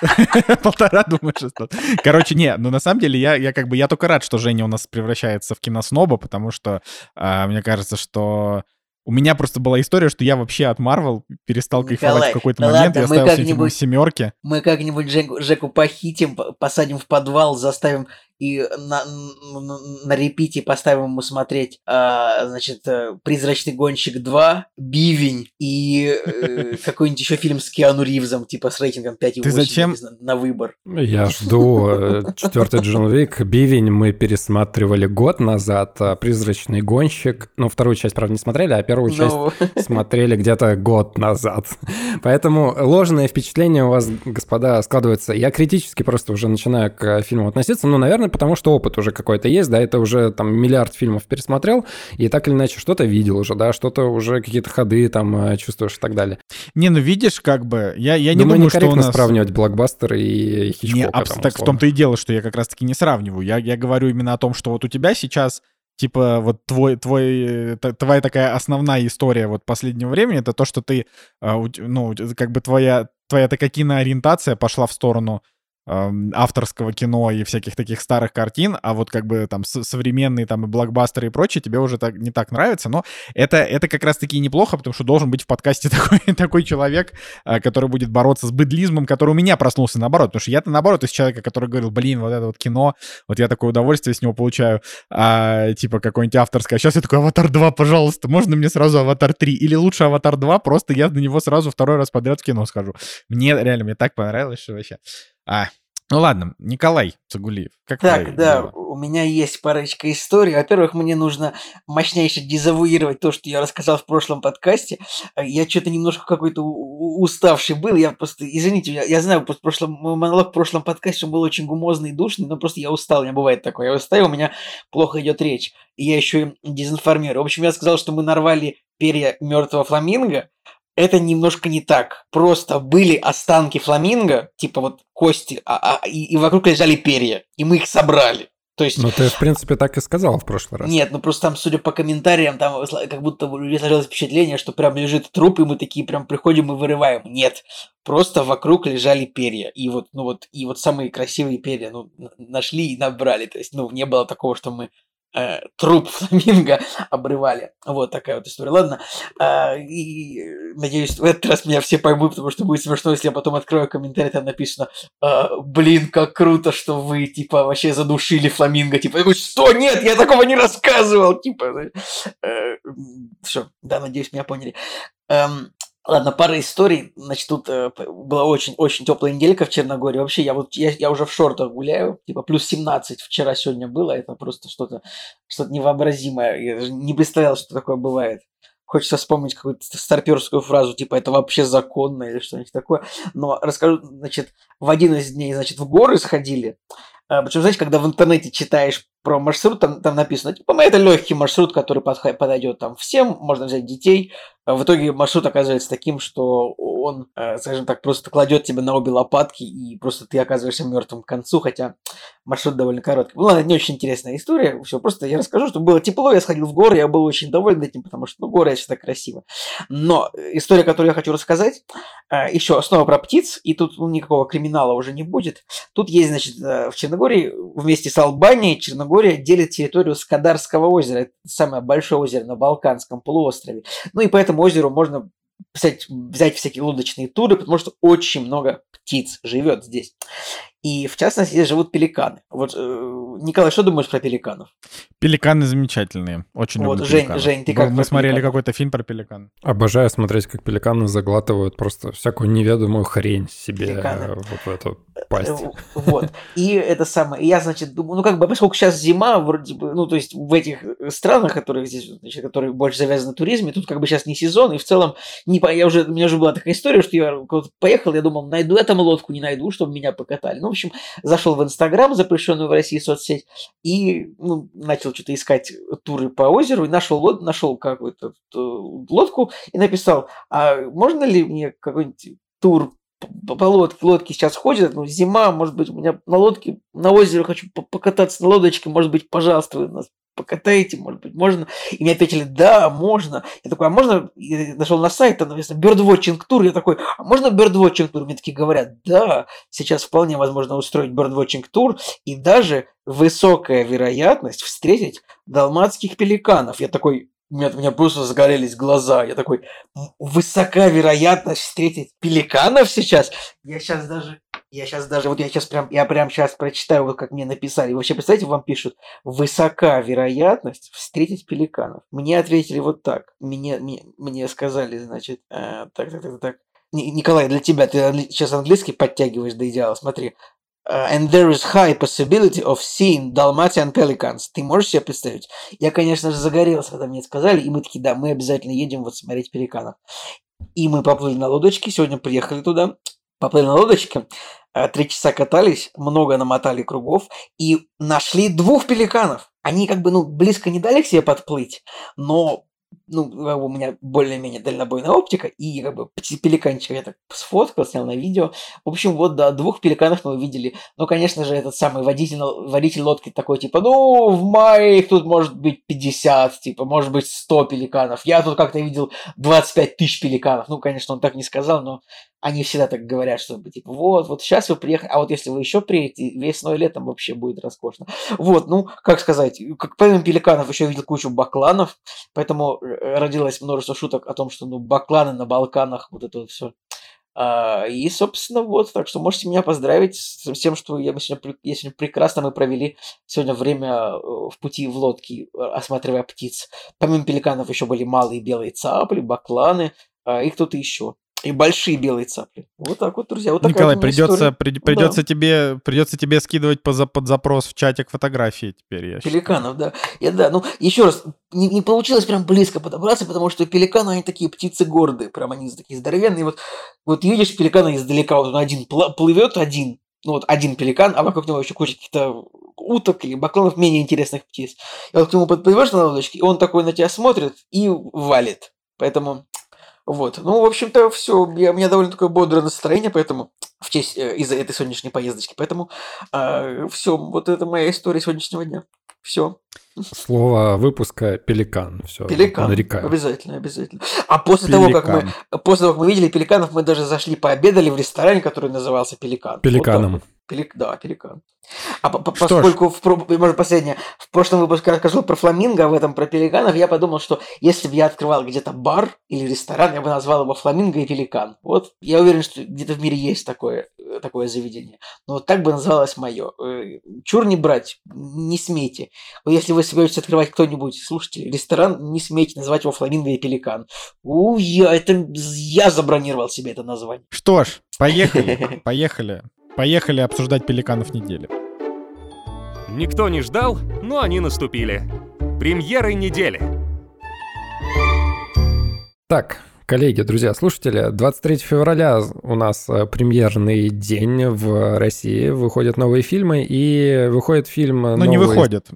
полтора, думаешь, что... Короче, не, ну на самом деле я, я как бы, я только рад, что Женя у нас превращается в киносноба, потому что а, мне кажется, что у меня просто была история, что я вообще от Марвел перестал кайфовать Николай, в какой-то да момент, ладно, я мы ставил всем фильмам как-нибудь- семерки. Мы как-нибудь Жеку, Жеку похитим, п- посадим в подвал, заставим и на, на, на репите поставим ему смотреть, а, значит, э, «Призрачный гонщик два», «Бивень» и э, какой-нибудь еще фильм с Киану Ривзом, типа с рейтингом пять и Ты восемь зачем- на, на выбор. Я жду э, четвертый Джон Уик. «Бивень» мы пересматривали год назад, а «Призрачный гонщик», ну, вторую часть, правда, не смотрели, а первую часть Ну, смотрели где-то год назад. Поэтому ложное впечатление у вас, господа, складывается. Я критически просто уже начинаю к фильму относиться, ну, наверное, потому что опыт уже какой-то есть, да, это уже там миллиард фильмов пересмотрел, и так или иначе что-то видел уже, да, что-то уже какие-то ходы там э, чувствуешь и так далее. Не, ну видишь, как бы, я, я не Думаю, думаю, что у некорректно нас... сравнивать блокбастер и Хичкока. Не, там, абс- так в условно. том-то и дело, что я как раз-таки не сравниваю. Я, я говорю именно о том, что вот у тебя сейчас, типа, вот твой, твой, э, т- твоя такая основная история вот последнего времени, это то, что ты, а, у т- ну, как бы твоя, твоя такая киноориентация пошла в сторону эм, авторского кино и всяких таких старых картин, а вот как бы там с- современные там и блокбастеры и прочее тебе уже так, не так нравится, но это, это как раз-таки неплохо, потому что должен быть в подкасте такой, такой человек, а, который будет бороться с быдлизмом, который у меня проснулся наоборот, потому что я-то наоборот из человека, который говорил, блин, вот это вот кино, вот я такое удовольствие с него получаю, а, типа какое-нибудь авторское, а сейчас я такой, «Аватар два, пожалуйста, можно мне сразу Аватар три?» Или лучше Аватар два, просто я на него сразу второй раз подряд в кино схожу. Мне реально, мне так понравилось, что вообще... А, ну ладно, Николай Цугулиев, как Так, твои да, дела? у меня есть парочка историй. Во-первых, мне нужно мощнейше дезавуировать то, что я рассказал в прошлом подкасте. Э, Я что-то немножко какой-то у- у- уставший был. Я просто, извините, я, я знаю, просто прошлом, мой монолог в прошлом подкасте он был очень гумозный и душный, но просто я устал, у меня бывает такое. Я устаю, у меня плохо идет речь. И я еще и дезинформирую. В общем, я сказал, что мы нарвали перья мертвого фламинго. Это немножко не так. Просто были останки фламинго, типа вот кости, а, а- и, и вокруг лежали перья, и мы их собрали. То есть, Ну, ты, в принципе, так и сказал в прошлый раз. нет, ну просто там, судя по комментариям, там сла- как будто у людей сложилось впечатление, что прям лежит труп, и мы такие прям приходим и вырываем. Нет, просто вокруг лежали перья. И вот, ну вот, и вот самые красивые перья, ну, н- нашли и набрали. То есть, ну, не было такого, что мы э, труп фламинго обрывали. Вот такая вот история. Ладно, а, и э, надеюсь, в этот раз меня все поймут, потому что будет смешно, если я потом открою комментарий, там написано, а, блин, как круто, что вы, типа, вообще задушили фламинго. Типа, я говорю, что? Нет, я такого не рассказывал. Типа, все, да, надеюсь, меня поняли. Эм, Ладно, пара историй. Значит, тут э, п- была очень-очень теплая неделька в Черногории. Вообще, я вот я, я уже в шортах гуляю. Типа плюс семнадцать вчера, сегодня было. Это просто что-то что-то невообразимое. Я даже не представлял, что такое бывает. Хочется вспомнить какую-то старперскую фразу, типа это вообще законно или что-нибудь такое. Но расскажу, значит, в один из дней, значит, в горы сходили. А, Причем, знаете, когда в интернете читаешь про маршрут, там, там написано, типа, это легкий маршрут, который подхо- подойдет там всем, можно взять детей. А в итоге маршрут оказывается таким, что он, э, скажем так, просто кладет тебя на обе лопатки, и просто ты оказываешься мертвым к концу, хотя маршрут довольно короткий. Ну ладно, не очень интересная история, все, просто я расскажу, что было тепло, я сходил в горы, я был очень доволен этим, потому что, ну, горы это всегда красиво. Но э, история, которую я хочу рассказать, э, еще снова про птиц, и тут ну, никакого криминала уже не будет. Тут есть, значит, э, в Черногории вместе с Албанией Черногория делит территорию Скадарского озера. Это самое большое озеро на Балканском полуострове. Ну и по этому озеру можно взять, взять всякие лодочные туры, потому что очень много птиц живет здесь. И, в частности, здесь живут пеликаны. Вот, э, Николай, что думаешь про пеликанов? Пеликаны замечательные. Очень Вот, люблю Жень, пеликанов. Жень, ты как Мы про смотрели пеликанов? какой-то фильм про пеликан. Обожаю смотреть, как пеликаны заглатывают просто всякую неведомую хрень себе Пеликаны. э, вот в эту пасть. Э, Вот. И это самое. Я, значит, думаю, ну, как бы, поскольку сейчас зима, вроде бы, ну, то есть в этих странах, которые здесь, значит, которые больше завязаны на туризме, тут как бы сейчас не сезон, и в целом, не, по- я уже, у меня уже была такая история, что я куда-то поехал, я думал, найду я там лодку, не найду, чтобы меня покатали. Ну, в общем, зашел в Инстаграм, запрещенную в России соцсеть, и ну, начал что-то искать туры по озеру, и нашел, лод, нашел какую-то э, лодку, и написал, а можно ли мне какой-нибудь тур по, по лодке, лодки сейчас ходят, ну, зима, может быть, у меня на лодке, на озере хочу по- покататься на лодочке, может быть, пожалуйста, вы нас покатаете, может быть, можно. И мне ответили, да, можно. Я такой, а можно? Я нашел на сайт, там написано Birdwatching Tour. Я такой, а можно Birdwatching Tour? Мне такие говорят, да, сейчас вполне возможно устроить Birdwatching Tour, и даже высокая вероятность встретить далматских пеликанов. Я такой, у меня, у меня просто загорелись глаза. Я такой, высока вероятность встретить пеликанов сейчас? Я сейчас даже... Я сейчас даже, вот я сейчас прям, я прям сейчас прочитаю, вот как мне написали. Вообще, представляете, вам пишут, высока вероятность встретить пеликанов. Мне ответили вот так. Мне, мне, мне сказали, значит, э, так, так, так, так. Ни- Николай, для тебя, ты англи- сейчас английский подтягиваешь до идеала, смотри. Uh, and there is high possibility of seeing Dalmatian pelicans. Ты можешь себе представить? Я, конечно же, загорелся, когда мне это сказали, и мы такие, да, мы обязательно едем вот смотреть пеликанов. И мы поплыли на лодочке, сегодня приехали туда, поплыли на лодочке, э, три часа катались, много намотали кругов и нашли двух пеликанов. Они как бы, ну, близко не дали к себе подплыть, но, ну, у меня более-менее дальнобойная оптика, и как бы пяти- пеликанчика я так сфоткал, снял на видео. В общем, вот, да, двух пеликанов мы увидели. Ну, конечно же, этот самый водитель, водитель лодки такой, типа, ну, в мае их тут может быть пятьдесят, типа, может быть сто пеликанов. Я тут как-то видел двадцать пять тысяч пеликанов. Ну, конечно, он так не сказал, но они всегда так говорят, что типа вот, вот сейчас вы приехали, а вот если вы еще приедете, весной и летом вообще будет роскошно. Вот, ну, как сказать, как помимо пеликанов еще видел кучу бакланов, поэтому э, родилось множество шуток о том, что, ну, бакланы на Балканах, вот это вот все. И, собственно, вот, так что можете меня поздравить с тем, что я, мы сегодня, пре- я сегодня прекрасно мы провели сегодня время э, в пути в лодке, э, осматривая птиц. Помимо пеликанов еще были малые белые цапли, бакланы, а, и кто-то еще. И большие белые цапли. Вот так вот, друзья. Вот такая Николай, вот у меня придется, история. при- Да. придется, тебе, придется тебе скидывать по за- под запрос в чатик фотографии теперь, я считаю. Пеликанов, да. Я, да, ну, еще раз, не, не получилось прям близко подобраться, потому что пеликаны, они такие птицы гордые, прям они такие здоровенные. Вот, вот видишь пеликана издалека, вот он один пла- плывет один, ну вот один пеликан, а вокруг него еще куча каких-то уток или бакланов менее интересных птиц. И вот к нему подплывешь на лодочке, и он такой на тебя смотрит и валит. Поэтому вот. Ну, в общем-то, все. У меня довольно такое бодрое настроение, поэтому в честь э, из-за этой сегодняшней поездочки. Поэтому все, вот это моя история сегодняшнего дня. Все. Слово выпуска пеликан. Все, Пеликан. нарекаю. Обязательно, обязательно. А после того, как мы Пеликан. после того, как мы видели пеликанов, мы даже зашли пообедали в ресторане, который назывался Пеликан. Вот так Пеликаном. вот. Пелик... Да, пеликан. А по- по- Что ж. поскольку, в, про- может, последнее, в прошлом выпуске я рассказывал про фламинго, а в этом про пеликанов, я подумал, что если бы я открывал где-то бар или ресторан, я бы назвал его фламинго и пеликан. Вот я уверен, что где-то в мире есть такое, э, такое заведение. Но вот так бы называлось мое. Э, Чур не брать, не смейте. Вот если вы соберетесь открывать кто-нибудь, слушайте, ресторан, не смейте называть его фламинго и пеликан. У, я, это, я забронировал себе это название. Что ж, поехали, поехали. Поехали обсуждать пеликанов недели. Никто не ждал, но они наступили. Премьеры недели. Так, коллеги, друзья, слушатели, двадцать третьего февраля у нас э, премьерный день в России, выходят новые фильмы, и выходит фильм... Ну, не выходит.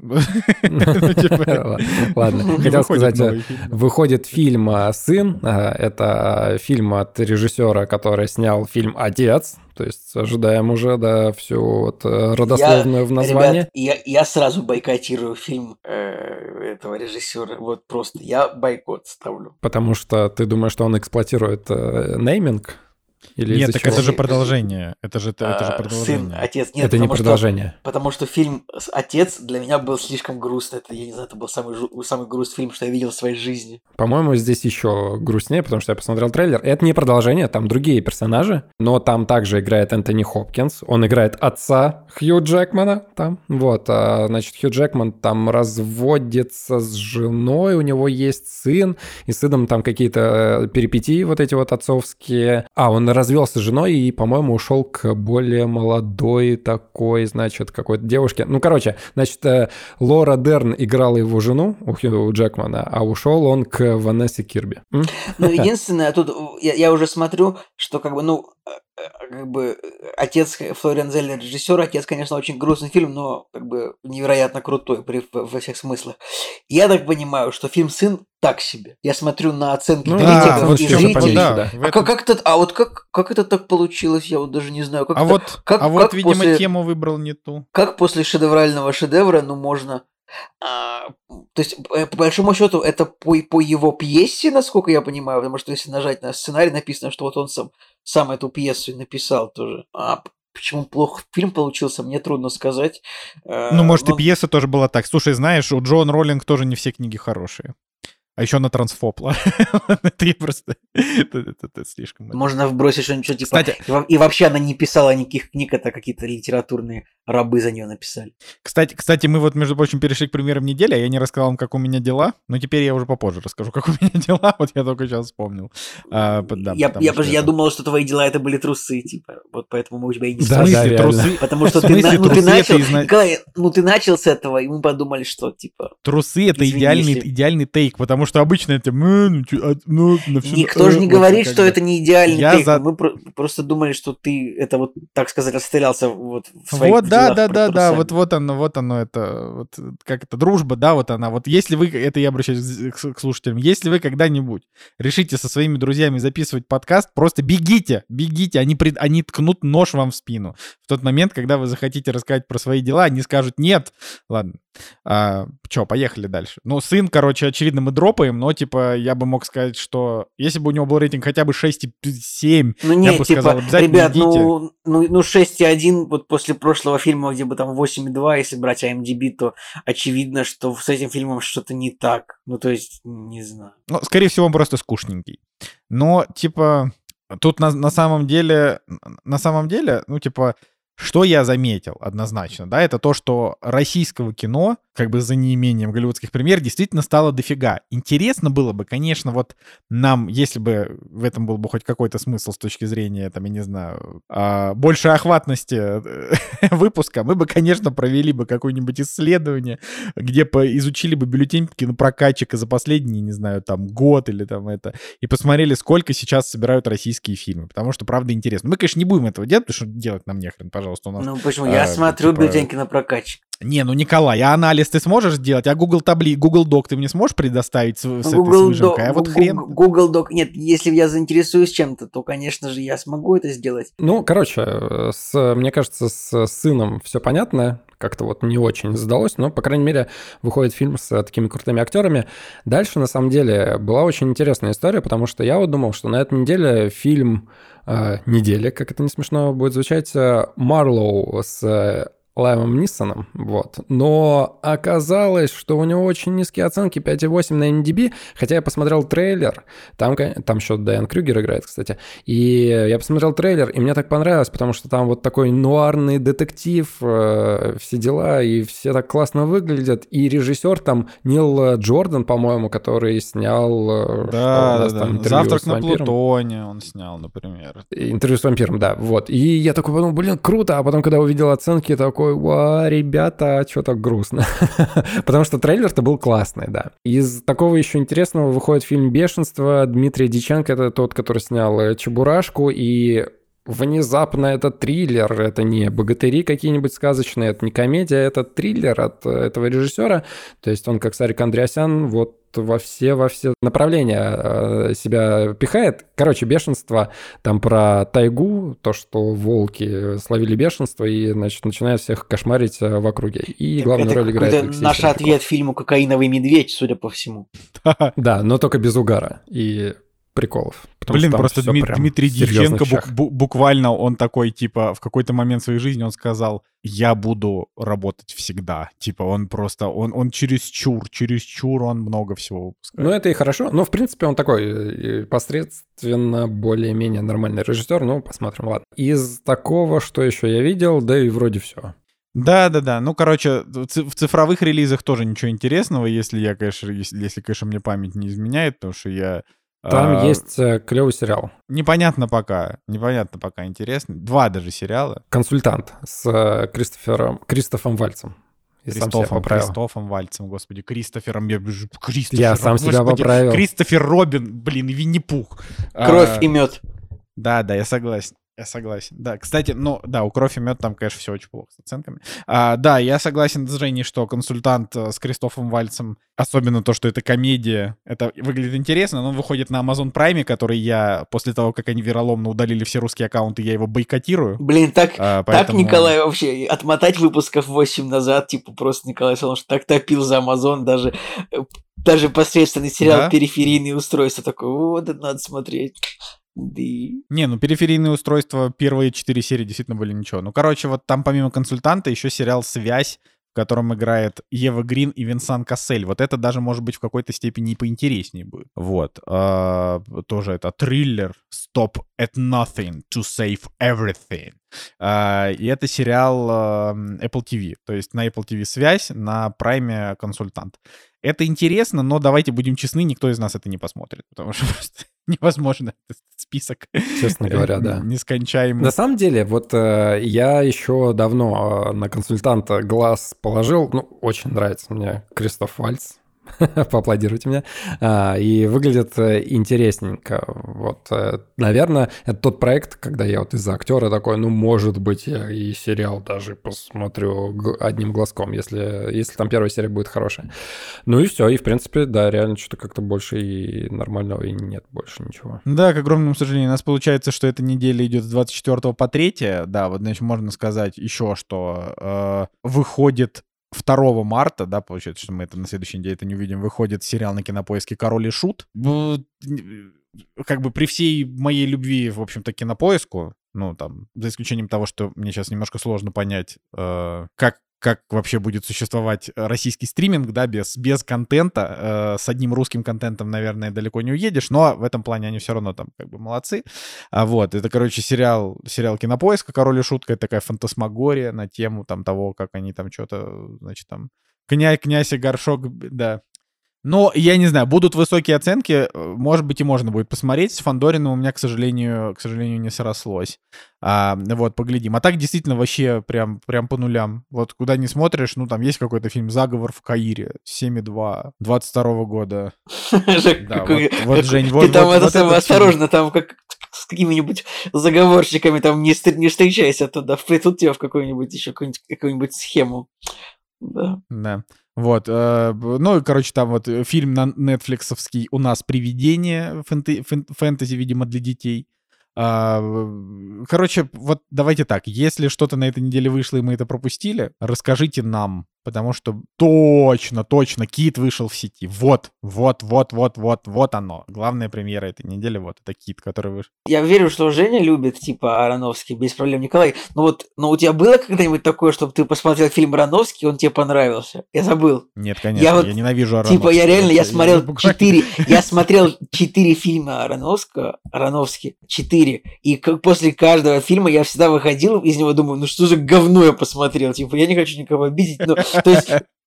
Ладно, Не хотел выходят сказать, э, новые фильмы. выходит фильм э, «Сын», э, это фильм от режиссера, который снял фильм «Отец», то есть ожидаем уже, да, всю вот э, родословную в названии. Ребят, я, я сразу бойкотирую фильм э, этого режиссера. Вот просто я бойкот ставлю. Потому что ты думаешь, что он эксплуатирует э, нейминг? Или Нет, из-за так чего? это же продолжение. Это же, это же А, продолжение. Сын, отец. Нет, Это не потому что- продолжение. Потому что фильм с- «Отец» для меня был слишком грустный. Это, я не знаю, это был самый, жу- самый грустный фильм, что я видел в своей жизни. По-моему, здесь еще грустнее, потому что я посмотрел трейлер. Это не продолжение, там другие персонажи, но там также играет Энтони Хопкинс. Он играет отца Хью Джекмана там. Вот, а, значит, Хью Джекман там разводится с женой, у него есть сын, и с сыном там какие-то перипетии вот эти вот отцовские. А, он развелся с женой и, по-моему, ушел к более молодой такой, значит, какой-то девушке. Ну, короче, значит, э, Лора Дерн играла его жену у Хью Джекмана, а ушел он к Ванессе Кирби. М? Ну, единственное, тут я, я уже смотрю, что как бы, ну, э, э, как бы э, отец Флориан Зеллер, режиссер, отец, конечно, очень грустный фильм, но как бы невероятно крутой при, во всех смыслах. Я так понимаю, что фильм «Сын» так себе. Я смотрю на оценки Ну, критиков да, вот и в чём зрителей. позиция, да, да. в А этом- как, как это, а вот как, как это так получилось, я вот даже не знаю. Как А это- вот, как- а вот, как видимо, после- тему выбрал не ту. как после шедеврального шедевра, ну, можно... а, то есть, э, по большому счету, это по, по его пьесе, насколько я понимаю, потому что если нажать на сценарий, написано, что вот он сам, сам эту пьесу и написал тоже. А п- почему плохо фильм получился, мне трудно сказать. Э, Ну, может, но- и пьеса тоже была так. Слушай, знаешь, у Джоан Роллинг тоже не все книги хорошие. А еще она трансфопла. Это я просто... Это это- это слишком... Можно вбросить что-нибудь, что, типа... Кстати, И, во- и вообще она не писала никаких книг, это какие-то литературные рабы за нее написали. кстати, кстати, мы вот, между прочим, перешли к примерам недели, а я не рассказал вам, как у меня дела, но теперь я уже попозже расскажу, как у меня дела, вот я только сейчас вспомнил. А, п- да, я, потому я, что я это- думал, что твои дела это были трусы, типа, вот поэтому мы у тебя и не В Да, спросили. смысле, реально. трусы? Потому что В ты, смысле, на- ну, ты трусы это начал, изна- Николай, ну ты начал с этого, и мы подумали, что типа Трусы — это Извини, идеальный, если- идеальный тейк, потому что обычно это... «Э, ну, чё, а, ну, на всё- никто же э, не вот говорит, как что бы». это не идеальный Я тейк. за- Мы про- просто думали, что ты это вот, так сказать, расстрелялся вот в своих Вот, да, делах да, про да, да, трусами. вот, вот оно, вот оно, это, вот, как это, дружба, да, вот она. Вот если вы, это я обращаюсь к, к слушателям, если вы когда-нибудь решите со своими друзьями записывать подкаст, просто бегите, бегите, они, пред- они ткнут нож вам в спину. В тот момент, когда вы захотите рассказать про свои дела, они скажут нет. Ладно. А, чё, поехали дальше. Ну, сын, короче, очевидно, мы дропаем, но, типа, я бы мог сказать, что если бы у него был рейтинг хотя бы шесть и семь, Ну я нет, бы типа, сказал, обязательно ребят, идите. ну, ну, ну шесть и один вот после прошлого фильма, где бы там восемь и два, если брать ай эм ди би, то очевидно, что с этим фильмом что-то не так. Ну, то есть, не знаю. Ну, скорее всего, он просто скучненький. Но, типа, тут на, на самом деле, на самом деле, ну, типа, что я заметил однозначно, да, это то, что российского кино, как бы за неимением голливудских премьер, действительно стало дофига. Интересно было бы, конечно, вот нам, если бы в этом был бы хоть какой-то смысл с точки зрения, там, я не знаю, а, большей охватности э, выпуска, мы бы, конечно, провели бы какое-нибудь исследование, где бы изучили бы бюллетень кинопрокатчика за последний, не знаю, там, год или там это, и посмотрели, сколько сейчас собирают российские фильмы, потому что, правда, интересно. Мы, конечно, не будем этого делать, потому что делать нам нехрен, пожалуйста, у нас... Ну, почему? Я а, смотрю типа- бюллетень кинопрокатчик. Не, ну, Николай, а анализ ты сможешь сделать? А Google табли, Google Doc ты мне сможешь предоставить с, с этой Google свеженькой? Doc, А вот Гу- хрен... Гу- Google Doc. Нет, если я заинтересуюсь чем-то, то, конечно же, я смогу это сделать. Ну, короче, с, мне кажется, с сыном все понятно. Как-то вот не очень задалось, но, по крайней мере, выходит фильм с такими крутыми актерами. Дальше, на самом деле, была очень интересная история, потому что я вот думал, что на этой неделе фильм э, недели, как это не смешно будет звучать, э, «Марлоу» с э, Лаймом Нисоном, вот. Но оказалось, что у него очень низкие оценки, пять и восемь на ай эм ди би, хотя я посмотрел трейлер, там, там еще Дайан Крюгер играет, кстати, и я посмотрел трейлер, и мне так понравилось, потому что там вот такой нуарный детектив, э, все дела, и все так классно выглядят, и режиссер там Нил Джордан, по-моему, который снял... э, что у Да, нас да, там, да. интервью «Завтрак с на вампиром». Плутоне» он снял, например. Интервью с вампиром, да, вот. И я такой подумал, блин, круто, а потом, когда увидел оценки, такой, ва, ребята, а что так грустно? Потому что трейлер-то был классный, да. Из такого еще интересного выходит фильм «Бешенство». Дмитрий Дьяченко, это тот, который снял «Чебурашку», и внезапно это триллер, это не богатыри какие-нибудь сказочные, это не комедия, это триллер от этого режиссера. То есть он, как Сарик Андреасян, вот во все, во все направления себя пихает. Короче, «Бешенство» там про тайгу, то, что волки словили бешенство и, значит, начинают всех кошмарить в округе. И главную Это роль играет какой-то Алексей наш Серебряков. ответ фильму «Кокаиновый медведь», судя по всему. Да, но только без угара. И приколов. Потому Блин, что просто всё Дми- прям Дмитрий в серьёзных Дьяченко щах. бу- бу- буквально он такой, типа, в какой-то момент своей жизни он сказал, я буду работать всегда. Типа, он просто, он, он чересчур, чересчур он много всего выпускает. Ну, это и хорошо. Но, в принципе, он такой э, посредственно более-менее нормальный режиссер. Ну, посмотрим, ладно. Из такого, что еще я видел, да и вроде все. Да-да-да, ну, короче, в ци- в цифровых релизах тоже ничего интересного, если я, конечно, если, если, конечно, мне память не изменяет, потому что я... Там а, есть э, клевый сериал Непонятно пока, непонятно пока, интересно. Два даже сериала. «Консультант» с э, Кристофером, Кристофом Вальцем. И сам себя Кристофом, поправил. Кристофом Вальцем, господи, Кристофером, я бежу, Кристофером, Я сам себя господи, поправил. Кристофер Робин, блин, и Винни-Пух. Кровь А, и мед. Да, да, я согласен. Я согласен. Да, кстати, ну да, у «Кровь и мед» там, конечно, все очень плохо с оценками. А, да, я согласен с Женей, что «Консультант» с Кристофом Вальцем, особенно то, что это комедия, это выглядит интересно, но он выходит на Amazon Prime, который я, после того, как они вероломно удалили все русские аккаунты, я его бойкотирую. Блин, так, А, так поэтому- Николай вообще, отмотать выпусков восемь назад, типа просто Николай Солнышко так топил за Amazon, даже, э, даже посредственный сериал Да? «Периферийные устройства», такой, вот это надо смотреть. Да и- Не, ну периферийные устройства, первые четыре серии действительно были ничего. Ну, короче, вот там помимо «Консультанта» еще сериал «Связь», в котором играет Ева Грин и Винсан Кассель. Вот это даже, может быть, в какой-то степени и поинтереснее будет. Вот. А, тоже это триллер «Stop at nothing to save everything». А, и это сериал а, Apple ти ви. То есть на Apple ти ви «Связь», на Prime «Консультант». Это интересно, но давайте будем честны, никто из нас это не посмотрит, потому что просто невозможно этот список. Честно говоря, да. Нескончаемый. На самом деле, вот э, я еще давно э, на «Консультанта» глаз положил. Ну, очень нравится мне Кристоф Вальц. Поаплодируйте мне. А, и выглядит э, интересненько. Вот, э, наверное, это тот проект, когда я вот из-за актера такой, ну, может быть, я и сериал даже посмотрю г- одним глазком, если, если там первая серия будет хорошая. Ну и все. И, в принципе, да, реально что-то как-то больше и нормального, и нет больше ничего. Да, к огромному сожалению. У нас получается, что эта неделя идет с двадцать четвёртого по третье. Да, вот, значит, можно сказать еще, что э, выходит второго марта, да, получается, что мы это на следующей неделе это не увидим, выходит сериал на Кинопоиске «Король и Шут». Б- Как бы при всей моей любви, в общем-то, к Кинопоиску, ну, там, за исключением того, что мне сейчас немножко сложно понять, э, как как вообще будет существовать российский стриминг, да, без, без контента. Э, с одним русским контентом, наверное, далеко не уедешь, но в этом плане они все равно там как бы молодцы. А вот, это, короче, сериал, сериал Кинопоиска «Король и Шутка», это такая фантасмагория на тему там того, как они там что-то, значит, там, князь, князь и горшок, да. Но, я не знаю, будут высокие оценки, может быть, и можно будет посмотреть. С Фандориным у меня, к сожалению, к сожалению, не срослось. А, вот, поглядим. А так, действительно, вообще прям, прям по нулям. Вот куда не смотришь, ну, там есть какой-то фильм «Заговор в Каире», семь и два, двадцать второго года. Жек, Да, какой- вот- вот, как- Жень, ты вот- там вот- это вот самое, этот фильм. осторожно, там как с какими-нибудь заговорщиками там не, встр- не встречайся туда, вплетут тебя в какую-нибудь еще какую-нибудь, какую-нибудь схему. Да. Да. Вот, э, б- ну и, короче, там вот э, фильм на нетфликсовский у нас «Привидение», фэнте- фэн- фэнтези, видимо, для детей. А, в- короче, вот давайте так, если что-то на этой неделе вышло, и мы это пропустили, расскажите нам, потому что точно, точно, «Кит» вышел в сети. Вот, вот, вот, вот, вот, вот оно. Главная премьера этой недели, вот, это «Кит», который вышел. Я верю, что Женя любит, типа, Аронофский, без проблем. Николай, ну вот, но у тебя было когда-нибудь такое, чтобы ты посмотрел фильм Аронофский, он тебе понравился? Я забыл. Нет, конечно, я, вот, ненавижу Аронофского. Типа, я реально, я вообще, смотрел буквально- четыре, я смотрел четыре фильма Аронофского, Аронофски, четыре, и как после каждого фильма я всегда выходил из него, думаю, ну что за говно я посмотрел, типа, я не хочу никого обидеть, ну, то есть,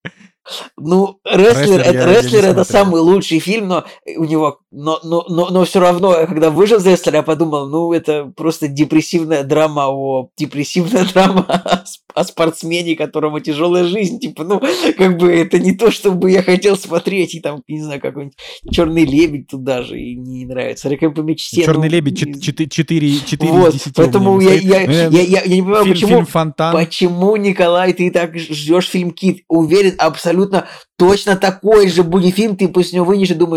ну, «Рестлер» «Рестлер», это, я- я не «Рестлер» это смотрел. самый лучший фильм, но у него, но, но, но, но все равно, когда вышел «Рестлер», я подумал, ну, это просто депрессивная драма о, депрессивная драма о, сп- о спортсмене, которому тяжелая жизнь, типа, ну, как бы это не то, чтобы я хотел смотреть, и там, не знаю, какой-нибудь «Черный лебедь» тут даже и не нравится, «Реквием по мечте». «Черный ну, лебедь» и- четыре, четыре, четыре Вот, из десяти у меня поэтому не я, стоит. я, Ну, я, я, я не понимаю, фильм, почему... фильм «Фонтан». Почему, Николай, ты так ждешь фильм «Кит»? Уверен, абсолютно точно такой же будет фильм, ты после него выйдешь и думаешь,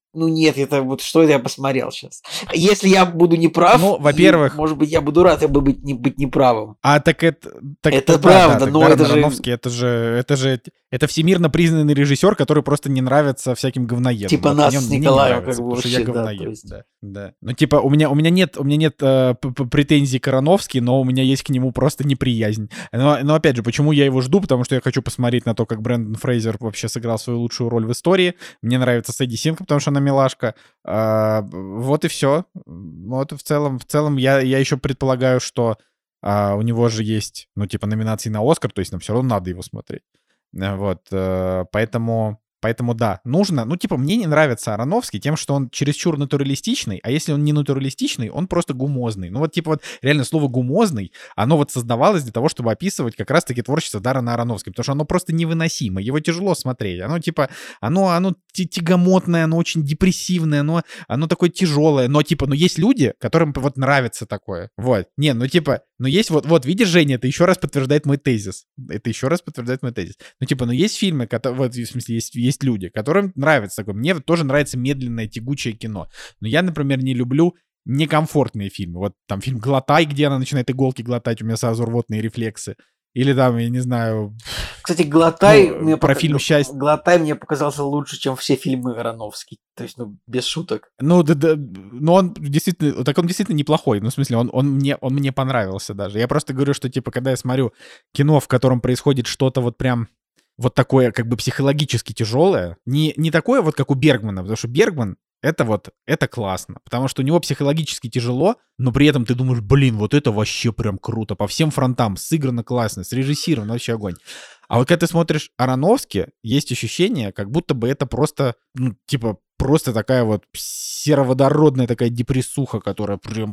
Ну нет, это вот что это я посмотрел сейчас. Если я буду неправ, Ну, во-первых... может быть, я буду рад, я бы быть, не, быть неправым. А так это... Так, это да, правда, да, но это же... Аронофский, это же... Это же... Это всемирно признанный режиссер, который просто не нравится всяким говноедам. Типа вот нас мне, с мне Николаем, нравится, как бы потому вообще, что я да, говноед. то есть... Да, да. Ну, типа, у меня, у меня нет, у меня нет э, претензий к Аронофски, но у меня есть к нему просто неприязнь. Но, но, опять же, почему я его жду? Потому что я хочу посмотреть на то, как Брэндон Фрейзер вообще сыграл свою лучшую роль в истории. Мне нравится Сэдди Синг, потому что она милашка. А, вот и все. Вот в целом, в целом я, я еще предполагаю, что а, у него же есть, ну, типа, номинации на Оскар, то есть нам все равно надо его смотреть. Вот, поэтому, поэтому да, нужно, ну, типа, мне не нравится Аронофский тем, что он чересчур натуралистичный, а если он не натуралистичный, он просто гумозный. Ну, вот, типа, вот, реально слово «гумозный», оно вот создавалось для того, чтобы описывать как раз-таки творчество Даррена Аронофски, потому что оно просто невыносимо, его тяжело смотреть, оно, типа, оно, оно тягомотное, оно очень депрессивное, оно, оно такое тяжелое, но, типа, ну, есть люди, которым вот нравится такое, вот, не, ну, типа, ну, есть вот, вот, видишь, Женя, это еще раз подтверждает мой тезис, это еще раз подтверждает мой тезис, ну, типа, ну, есть фильмы, которые, вот, в смысле, есть, есть люди, которым нравится такое, мне тоже нравится медленное, тягучее кино, но я, например, не люблю некомфортные фильмы, вот, там, фильм «Глотай», где она начинает иголки глотать, у меня сразу рвотные рефлексы. Или там, я не знаю... Кстати, «Глотай», ну, мне про пок... фильм «Счастье». «Глотай» мне показался лучше, чем все фильмы Аронофски. То есть, ну, без шуток. Ну, да, да, но он действительно, так он действительно неплохой. Ну, в смысле, он, он, мне, он мне понравился даже. Я просто говорю, что, типа, когда я смотрю кино, в котором происходит что-то вот прям... вот такое, как бы, психологически тяжелое, не, не такое вот, как у Бергмана, потому что Бергман это вот, это классно, потому что у него психологически тяжело, но при этом ты думаешь, блин, вот это вообще прям круто, по всем фронтам, сыграно классно, срежиссировано, вообще огонь. А вот когда ты смотришь Аронофски, есть ощущение, как будто бы это просто, ну, типа, просто такая вот сероводородная такая депрессуха, которая прям...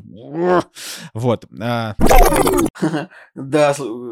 Вот. Да,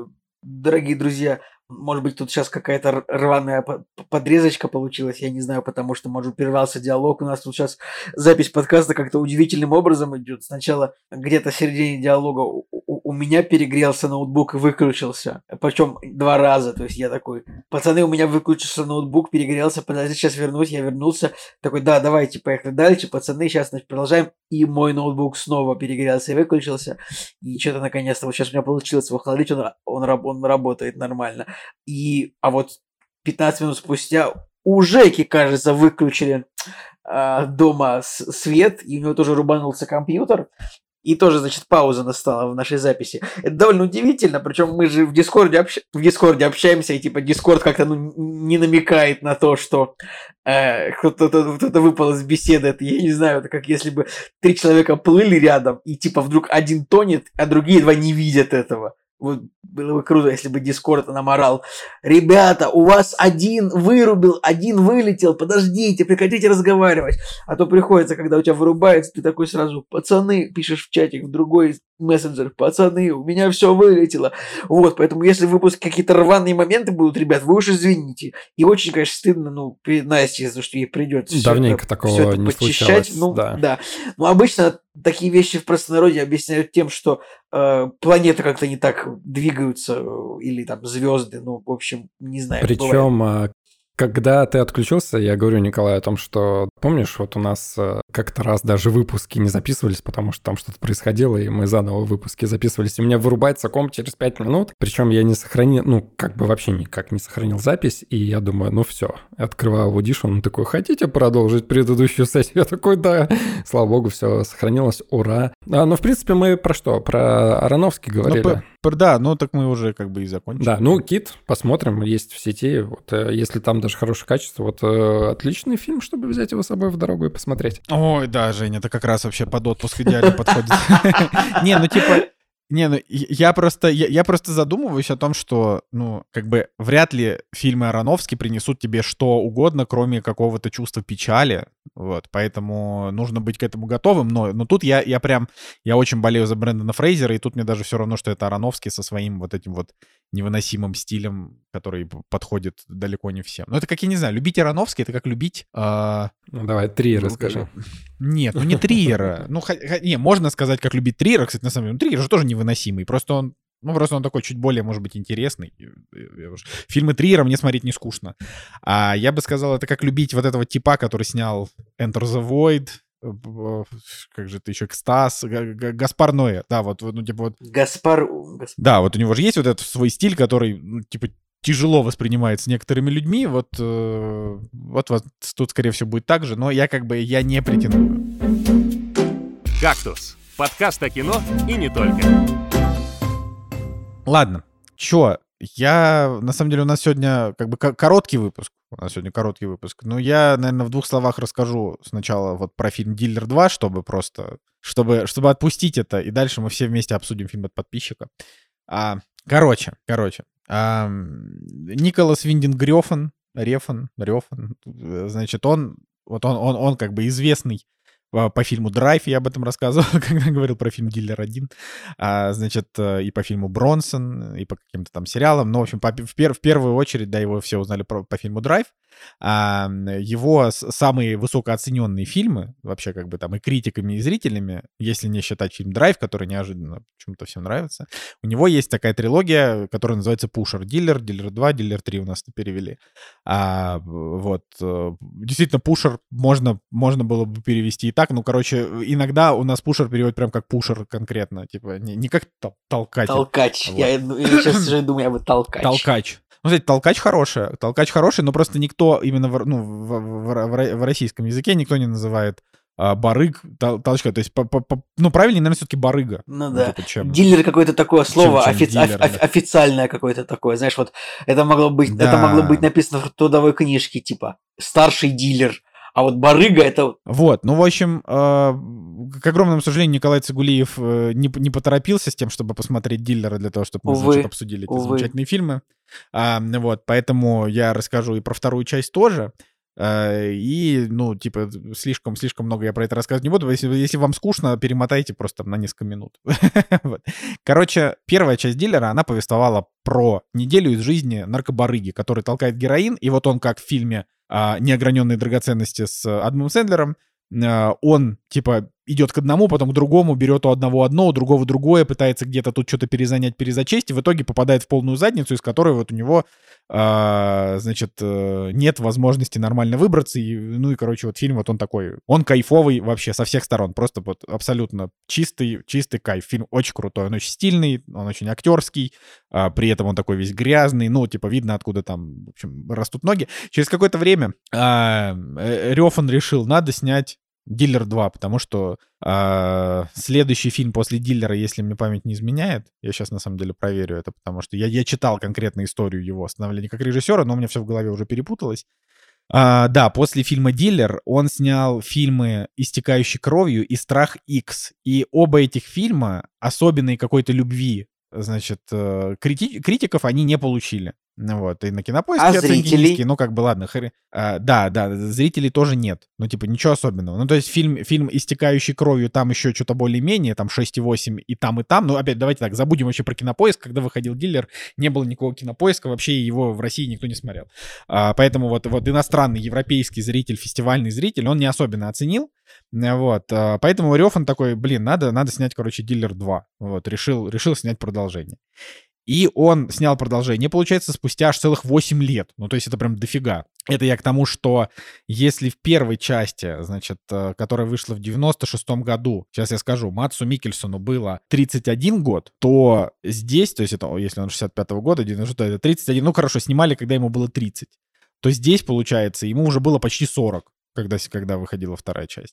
дорогие друзья, может быть, тут сейчас какая-то рваная подрезочка получилась, я не знаю, потому что, может, прервался диалог. У нас тут сейчас запись подкаста как-то удивительным образом идет. Сначала где-то в середине диалога у, у, у меня перегрелся ноутбук и выключился. Причем два раза. То есть я такой, пацаны, у меня выключился ноутбук, перегрелся, подожди, сейчас вернусь. Я вернулся, такой, да, давайте, поехали дальше, пацаны, сейчас, значит, продолжаем. И мой ноутбук снова перегрелся и выключился. И что-то, наконец-то, вот сейчас у меня получилось его охладить, он, он, он работает нормально. И, а вот пятнадцать минут спустя у Жеки, кажется, выключили э, дома с- свет, и у него тоже рубанулся компьютер, и тоже, значит, пауза настала в нашей записи. Это довольно удивительно, причем мы же в Дискорде, общ... в Дискорде общаемся, и типа Дискорд как-то ну, не намекает на то, что э, кто-то, кто-то выпал из беседы. Это, я не знаю, это как если бы три человека плыли рядом, и типа вдруг один тонет, а другие два не видят этого. Вот было бы круто, если бы Дискорд нам орал: ребята, у вас один вырубил, один вылетел, подождите, прекратите разговаривать. А то приходится, когда у тебя вырубается, ты такой сразу: пацаны, пишешь в чатик, в другой мессенджер: пацаны, у меня все вылетело. Вот, поэтому если в выпуске какие-то рваные моменты будут, ребят, вы уж извините. И очень, конечно, стыдно, ну, перед Настей, за что ей придется давненько такого все это не подчищать. случалось, Ну, да. да. Но обычно такие вещи в простонародье объясняют тем, что э, планеты как-то не так двигаются, э, или там звезды, ну, в общем, не знаю. Причем, бывает. Когда ты отключился, я говорю Николаю о том, что, помнишь, вот у нас как-то раз даже выпуски не записывались, потому что там что-то происходило, и мы заново выпуски записывались. И у меня вырубается комп через пять минут, причем я не сохранил, ну, как бы вообще никак не сохранил запись, и я думаю, ну все, открываю Audition, он такой: хотите продолжить предыдущую сессию? Я такой: да, слава богу, все сохранилось, ура. А, ну, в принципе, мы про что? Про Аронофски говорили. Ну, по- да, ну так мы уже как бы и закончили. Да, ну, Кит, посмотрим, есть в сети, вот, если там даже хорошее качество, вот э, отличный фильм, чтобы взять его с собой в дорогу и посмотреть. Ой, да, Женя, это как раз вообще под отпуск идеально подходит. Не, ну типа, не, ну я просто, я, я просто задумываюсь о том, что, ну, как бы вряд ли фильмы Аронофски принесут тебе что угодно, кроме какого-то чувства печали, вот, поэтому нужно быть к этому готовым, но, но тут я, я прям, я очень болею за Брэндона Фрейзера, и тут мне даже все равно, что это Аронофски со своим вот этим вот невыносимым стилем, который подходит далеко не всем. Ну, это как, я не знаю, любить Аронофски, это как любить... Э... Ну, давай, Триер ну, расскажи. Нет, ну не Триера. Ну, х... не, можно сказать, как любить Триера, кстати, на самом деле. Ну, Триер же тоже невыносимый, просто он Ну, просто он такой чуть более, может быть, интересный. Фильмы Триера мне смотреть не скучно. А я бы сказал, это как любить вот этого типа, который снял Enter the Void, как же это еще, Экстаз, Гаспар Ноэ. Да, вот, ну, типа вот... Гаспар... Да, вот у него же есть вот этот свой стиль, который, ну, типа, тяжело воспринимается некоторыми людьми. Вот, э, вот, вот тут, скорее всего, будет так же, но я как бы, я не претендую. «Кактус» — подкаст о кино и не только. Ладно, чё, я, на самом деле, у нас сегодня как бы короткий выпуск, у нас сегодня короткий выпуск, но я, наверное, в двух словах расскажу сначала вот про фильм «Дилер два», чтобы просто, чтобы, чтобы отпустить это, и дальше мы все вместе обсудим фильм от подписчика. А, короче, короче, а, Николас Виндинг Рёфен, Рефен, Рёфен, значит, он, вот он, он, он как бы известный по фильму «Драйв», я об этом рассказывал, когда говорил про фильм «Дилер один», а, значит, и по фильму «Бронсон», и по каким-то там сериалам. Ну, в общем, по, в, пер, в первую очередь, да, его все узнали про, по фильму «Драйв». А, его самые высокооцененные фильмы, вообще как бы там и критиками, и зрителями, если не считать фильм «Драйв», который неожиданно почему-то всем нравится, у него есть такая трилогия, которая называется «Пушер». «Дилер», «Дилер два», «Дилер три» у нас перевели. А, вот. Действительно, «Пушер» можно, можно было бы перевести и так. Ну, короче, иногда у нас «Пушер» переводят прям как «пушер» конкретно. Типа, не, не как толкач. Толкач. Вот. Я, я сейчас уже думаю, я бы толкач. Толкач. Ну, кстати, толкач хороший. Толкач хороший, но просто никто именно в, ну, в, в, в, в российском языке никто не называет а, барыг тол, толчка. То есть, по, по, по, ну, правильнее, наверное, все-таки барыга. Ну, ну да. Типа, чем... Дилер какое-то такое слово, чем, чем офи- дилер, офи- да. официальное какое-то такое. Знаешь, вот это могло быть, Да. это могло быть написано в трудовой книжке, типа «старший дилер». А вот барыга — это... Вот, ну, в общем, э, к огромному сожалению, Николай Цигулиев э, не, не поторопился с тем, чтобы посмотреть «Дилера», для того, чтобы мы, Увы, значит, обсудили эти увы. замечательные фильмы. А, вот, поэтому я расскажу и про вторую часть тоже. А, и, ну, типа, слишком, слишком много я про это рассказывать не буду. Если, если вам скучно, перемотайте просто на несколько минут. Вот. Короче, первая часть «Дилера», она повествовала про неделю из жизни наркобарыги, который толкает героин, и вот он, как в фильме а, «Неограненные драгоценности» с Адамом Сэндлером, а, он, типа, идет к одному, потом к другому, берет у одного одно, у другого другое, пытается где-то тут что-то перезанять, перезачесть, и в итоге попадает в полную задницу, из которой вот у него, а, значит, нет возможности нормально выбраться, и, ну и, короче, вот фильм вот он такой, он кайфовый вообще со всех сторон, просто вот абсолютно чистый, чистый кайф. Фильм очень крутой, он очень стильный, он очень актерский, а, при этом он такой весь грязный, ну, типа, видно, откуда там, в общем, растут ноги. Через какое-то время а, Рёфен решил, надо снять «Дилер два», потому что э, следующий фильм после «Дилера», если мне память не изменяет, я сейчас на самом деле проверю это, потому что я, я читал конкретно историю его становления как режиссера, но у меня все в голове уже перепуталось. А, да, после фильма «Дилер» он снял фильмы «Истекающий кровью» и «Страх Икс». И оба этих фильма особенной какой-то любви, значит, крити- критиков они не получили. Вот, и на Кинопоиске а оценки зрителей? низкие, ну, как бы, ладно, хр... а, да, да, зрителей тоже нет, ну, типа, ничего особенного. Ну, то есть фильм, фильм «Истекающий кровью», там еще что-то более-менее, там шесть и восемь и там, и там, ну, опять, давайте так, забудем вообще про Кинопоиск, когда выходил «Дилер», не было никакого Кинопоиска, вообще его в России никто не смотрел. А, поэтому вот, вот иностранный, европейский зритель, фестивальный зритель, он не особенно оценил, вот, а, поэтому Рёфен такой, блин, надо, надо снять, короче, «Дилер два», вот, решил, решил снять продолжение. И он снял продолжение, получается, спустя аж целых восемь лет. Ну, то есть это прям дофига. Это я к тому, что если в первой части, значит, которая вышла в девяносто шестом году, сейчас я скажу, Мадсу Миккельсону было тридцать один год, то здесь, то есть это, если он шестьдесят пятого года, девяносто, это тридцать один, ну, хорошо, снимали, когда ему было тридцать, то здесь, получается, ему уже было почти сорок, когда, когда выходила вторая часть.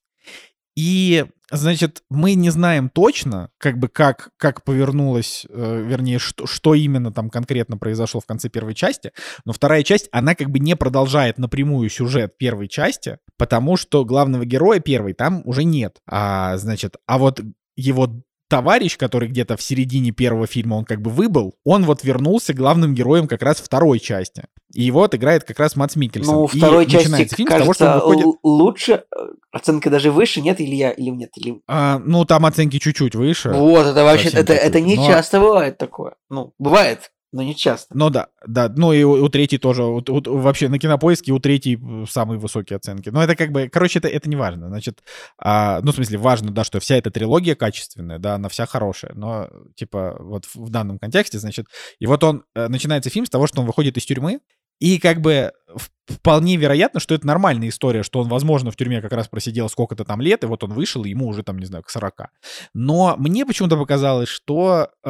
И, значит, мы не знаем точно, как бы, как, как повернулось, э, вернее, что, что именно там конкретно произошло в конце первой части, но вторая часть, она как бы не продолжает напрямую сюжет первой части, потому что главного героя первой там уже нет. А, значит, а вот его товарищ, который где-то в середине первого фильма он как бы выбыл, он вот вернулся главным героем как раз второй части. И его отыграет как раз Мадс Миккельсон. Ну, второй и части, фильм кажется, с того, что он выходит... л- лучше, оценка даже выше, нет, или я, или нет? Или... А, ну, там оценки чуть-чуть выше. Вот, это вообще, это, чуть-чуть. это не Но... часто бывает такое. Ну, бывает. но не часто. Ну да, да, ну и у, у третьей тоже, у, у, вообще на Кинопоиске у третьей самые высокие оценки. Но это как бы, короче, это, это не важно. Значит, а, ну в смысле важно, да, что вся эта трилогия качественная, да, она вся хорошая, но типа вот в, в данном контексте, значит, и вот он, начинается фильм с того, что он выходит из тюрьмы, и как бы вполне вероятно, что это нормальная история, что он, возможно, в тюрьме как раз просидел сколько-то там лет, и вот он вышел, и ему уже там, не знаю, к сорока. Но мне почему-то показалось, что э,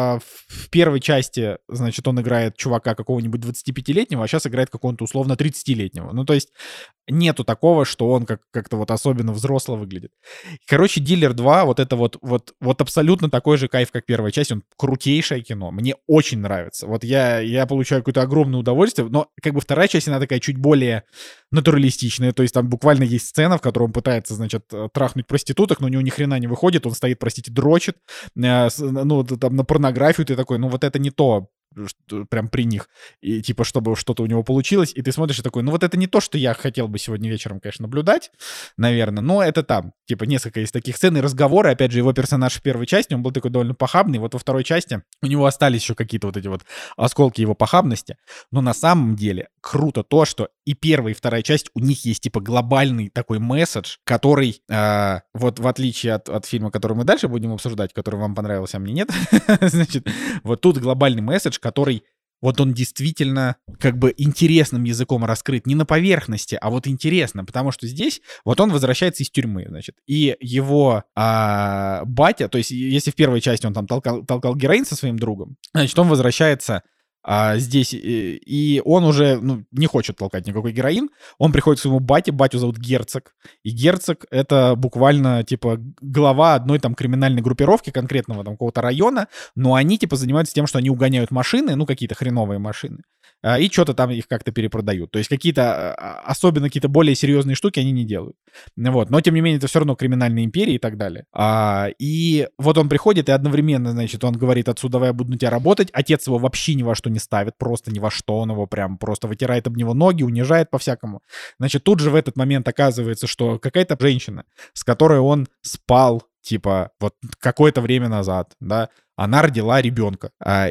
в первой части, значит, он играет чувака какого-нибудь двадцатипятилетнего, а сейчас играет какого-то условно тридцатилетнего. Ну, то есть нету такого, что он как- как-то вот особенно взросло выглядит. Короче, «Дилер два», вот это вот, вот, вот абсолютно такой же кайф, как первая часть, он крутейшее кино, мне очень нравится. Вот я, я получаю какое-то огромное удовольствие, но как бы вторая часть, она такая чуть более натуралистичная, то есть там буквально есть сцена, в которой он пытается, значит, трахнуть проституток, но у него ни хрена не выходит, он стоит, простите, дрочит, э, с, ну, там на порнографию, ты такой, ну вот это не то, прям при них, и типа, чтобы что-то у него получилось, и ты смотришь и такой, ну вот это не то, что я хотел бы сегодня вечером, конечно, наблюдать, наверное, но это там, типа, несколько из таких сцен и разговоры, опять же, его персонаж в первой части, он был такой довольно похабный, вот во второй части у него остались еще какие-то вот эти вот осколки его похабности, но на самом деле круто то, что и первая, и вторая часть, у них есть, типа, глобальный такой месседж, который, э, вот в отличие от, от фильма, который мы дальше будем обсуждать, который вам понравился, а мне нет, значит, вот тут глобальный месседж, который вот он действительно как бы интересным языком раскрыт, не на поверхности, а вот интересно, потому что здесь вот он возвращается из тюрьмы, значит, и его а, батя, то есть если в первой части он там толкал, толкал героин со своим другом, значит, он возвращается а, здесь, и, и он уже ну, не хочет толкать никакой героин, он приходит к своему бате, батю зовут Герцог, и Герцог — это буквально, типа, глава одной там криминальной группировки конкретного там какого-то района, но они, типа, занимаются тем, что они угоняют машины, ну, какие-то хреновые машины, и что-то там их как-то перепродают. То есть какие-то, особенно какие-то более серьезные штуки они не делают. Вот. Но, тем не менее, это все равно криминальные империи и так далее. А, и вот он приходит, и одновременно, значит, он говорит отцу: давай я буду на тебя работать. Отец его вообще ни во что не ставит, просто ни во что. Он его прям просто вытирает об него ноги, унижает по-всякому. Значит, тут же в этот момент оказывается, что какая-то женщина, с которой он спал, типа, вот какое-то время назад, да, она родила ребенка. А,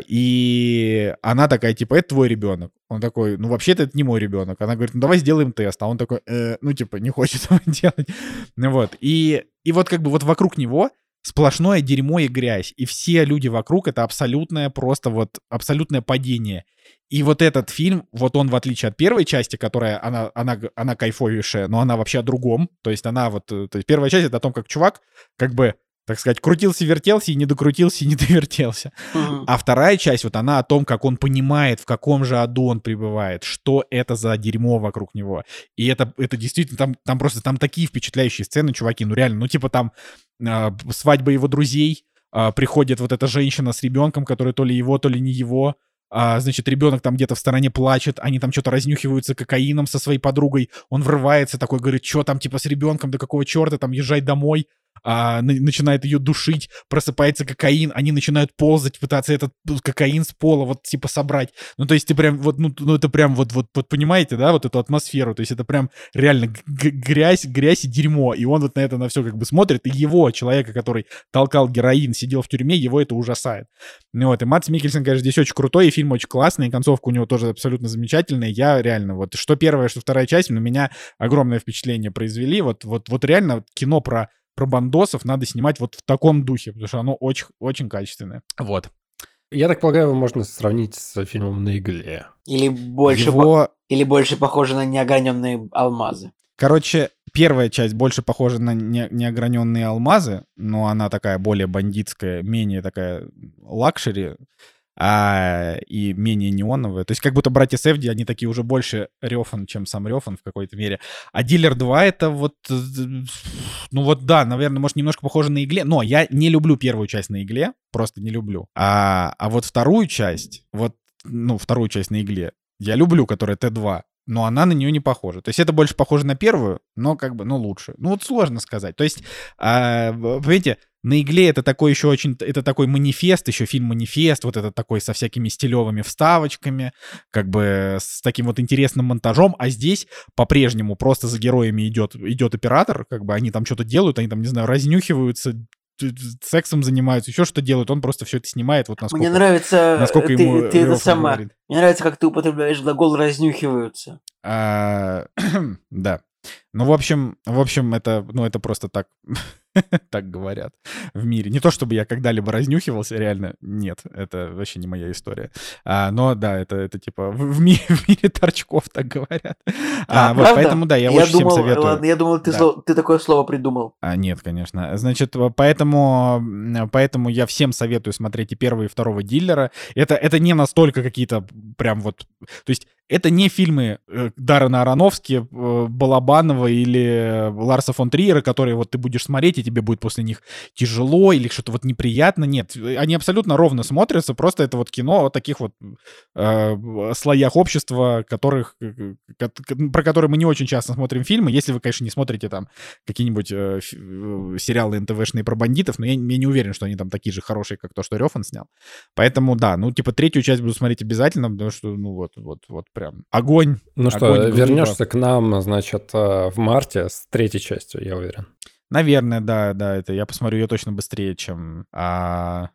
и она такая, типа, это твой ребенок. Он такой, ну, вообще-то это не мой ребенок. Она говорит, ну, давай сделаем тест. А он такой, э, ну, типа, не хочет этого делать. Вот. И, и вот как бы вот вокруг него сплошное дерьмо и грязь. И все люди вокруг — это абсолютное просто вот, абсолютное падение. И вот этот фильм, вот он, в отличие от первой части, которая, она, она, она кайфовейшая, но она вообще о другом. То есть она вот, то есть первая часть — это о том, как чувак, как бы, так сказать, крутился-вертелся и не докрутился, и не довертелся. Mm-hmm. А вторая часть, вот она о том, как он понимает, в каком же аду он пребывает, что это за дерьмо вокруг него. И это, это действительно, там, там просто, там такие впечатляющие сцены, чуваки, ну реально, ну типа там э, свадьба его друзей, э, приходит вот эта женщина с ребенком, который то ли его, то ли не его, а, значит, ребенок там где-то в стороне плачет, они там что-то разнюхиваются кокаином со своей подругой, он врывается такой, говорит, что там типа с ребенком, да какого черта, там езжай домой. А, начинает ее душить, просыпается кокаин, они начинают ползать, пытаться этот кокаин с пола вот типа собрать. Ну, то есть ты прям вот, ну, ну это прям вот, вот, вот понимаете, да, вот эту атмосферу, то есть это прям реально г- грязь, грязь и дерьмо, и он вот на это на все как бы смотрит, и его, человека, который толкал героин, сидел в тюрьме, его это ужасает. Ну, вот, и Мадс Миккельсен, конечно, здесь очень крутой, и фильм очень классный, и концовка у него тоже абсолютно замечательная. Я реально, вот, что первая, что вторая часть, на меня огромное впечатление произвели, вот, вот, вот реально кино про про бандосов надо снимать вот в таком духе, потому что оно очень, очень качественное. Вот. Я так полагаю, его можно сравнить с фильмом «На игле». Или больше, Его... по... Или больше похоже на «Неограненные алмазы». Короче, первая часть больше похожа на не... «Неограненные алмазы», но она такая более бандитская, менее такая лакшери, а, и менее неоновые. То есть как будто братья Сэфди, они такие уже больше Рёфан, чем сам Рёфан в какой-то мере. А «Дилер два» — это вот... Ну вот да, наверное, может, немножко похоже на «Игле», но я не люблю первую часть на «Игле», просто не люблю. А, а вот вторую часть, вот, ну, вторую часть на «Игле» я люблю, которая Т два, но она на нее не похожа. То есть это больше похоже на первую, но как бы, ну, лучше. Ну вот сложно сказать. То есть, а, понимаете, «На игле» — это такой еще очень, это такой манифест, еще фильм «Манифест», вот это такой со всякими стилевыми вставочками, как бы с таким вот интересным монтажом, а здесь по-прежнему просто за героями идет, идет оператор, как бы они там что-то делают, они там, не знаю, разнюхиваются, сексом занимаются, еще что делают, он просто все это снимает, вот насколько, Мне нравится, насколько ты, ему ты это Лёва сама. говорит. Мне нравится, как ты употребляешь глагол «разнюхиваются». А, да. Ну, в общем, в общем, это, ну, это просто так, так говорят в мире. Не то, чтобы я когда-либо разнюхивался, реально, нет, это вообще не моя история. А, но да, это, это типа в, в, мире, в мире торчков так говорят. А, А, вот, правда? поэтому, да, я, Я очень думал, всем советую. ладно, я думал, ты, Да. слово- ты такое слово придумал. А, нет, конечно. Значит, поэтому, поэтому я всем советую смотреть и первого, и второго «Диллера». Это, это не настолько какие-то прям вот... То есть это не фильмы э, Даррена Аронофски, э, Балабанова или Ларса фон Триера, которые вот ты будешь смотреть, и тебе будет после них тяжело или что-то вот неприятно. Нет, они абсолютно ровно смотрятся, просто это вот кино о таких вот э, слоях общества, которых, про которые мы не очень часто смотрим фильмы, если вы, конечно, не смотрите там какие-нибудь э, сериалы эн тэ вэ-шные про бандитов, но я, я не уверен, что они там такие же хорошие, как то, что Рёфан снял. Поэтому, да, ну, типа, третью часть буду смотреть обязательно, потому что, ну, вот, вот, вот прям огонь. Ну огонь, что, грубо. вернешься к нам, значит, в марте с третьей частью, я уверен. Наверное, да, да, это я посмотрю ее точно быстрее, чем, а,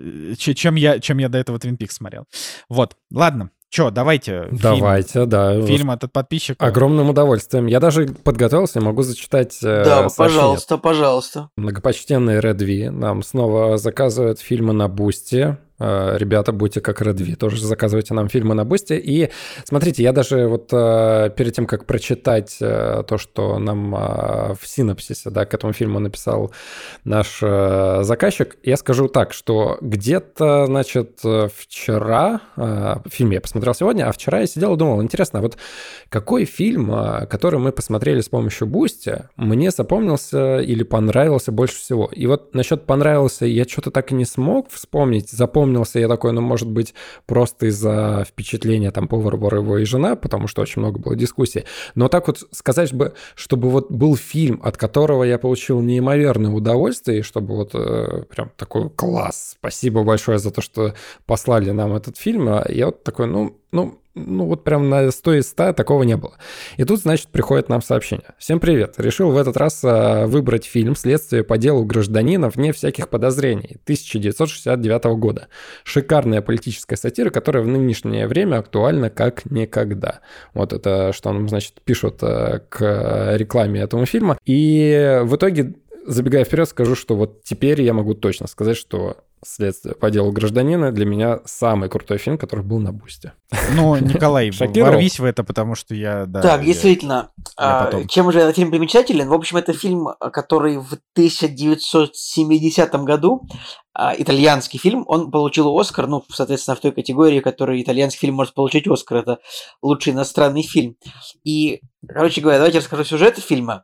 чем, я, чем я до этого Twin Peaks смотрел. Вот, ладно. Че, давайте. Давайте, фильм. да. Фильм от подписчика. Огромным удовольствием. Я даже подготовился, могу зачитать э, Да, сообщение. пожалуйста, пожалуйста. Многопочтенный Red V нам снова заказывают фильмы на Бусти. Ребята, будьте как Red V, тоже заказывайте нам фильмы на Бусти. И смотрите, я даже вот перед тем, как прочитать то, что нам в синопсисе, да, к этому фильму написал наш заказчик, я скажу так, что где-то, значит, вчера, фильм я посмотрел сегодня, а вчера я сидел и думал, интересно, вот какой фильм, который мы посмотрели с помощью Бусти, мне запомнился или понравился больше всего? И вот насчет понравился я что-то так и не смог вспомнить, запомнить. Я такой, ну, может быть, просто из-за впечатления там «Повар, вор, его и жена», потому что очень много было дискуссий. Но так вот сказать бы, чтобы вот был фильм, от которого я получил неимоверное удовольствие, и чтобы вот э, прям такой класс, спасибо большое за то, что послали нам этот фильм, я вот такой, ну, ну, ну вот прям на сто из ста такого не было. И тут, значит, приходит нам сообщение. Всем привет. Решил в этот раз а, выбрать фильм «Следствие по делу гражданина вне всяких подозрений» тысяча девятьсот шестьдесят девятого года. Шикарная политическая сатира, которая в нынешнее время актуальна как никогда. Вот это, что он, значит, пишет а, к рекламе этого фильма. И в итоге, забегая вперед, скажу, что вот теперь я могу точно сказать, что «Следствие по делу гражданина» для меня самый крутой фильм, который был на Бусти. Ну, Николай, Шокировал? ворвись в это, потому что я... Да, Так, я- действительно, я а, потом. чем же этот фильм примечателен? В общем, это фильм, который в тысяча девятьсот семидесятом году, а, итальянский фильм, он получил Оскар, ну, соответственно, в той категории, в которой итальянский фильм может получить Оскар, это лучший иностранный фильм. И, короче говоря, давайте расскажу сюжет фильма.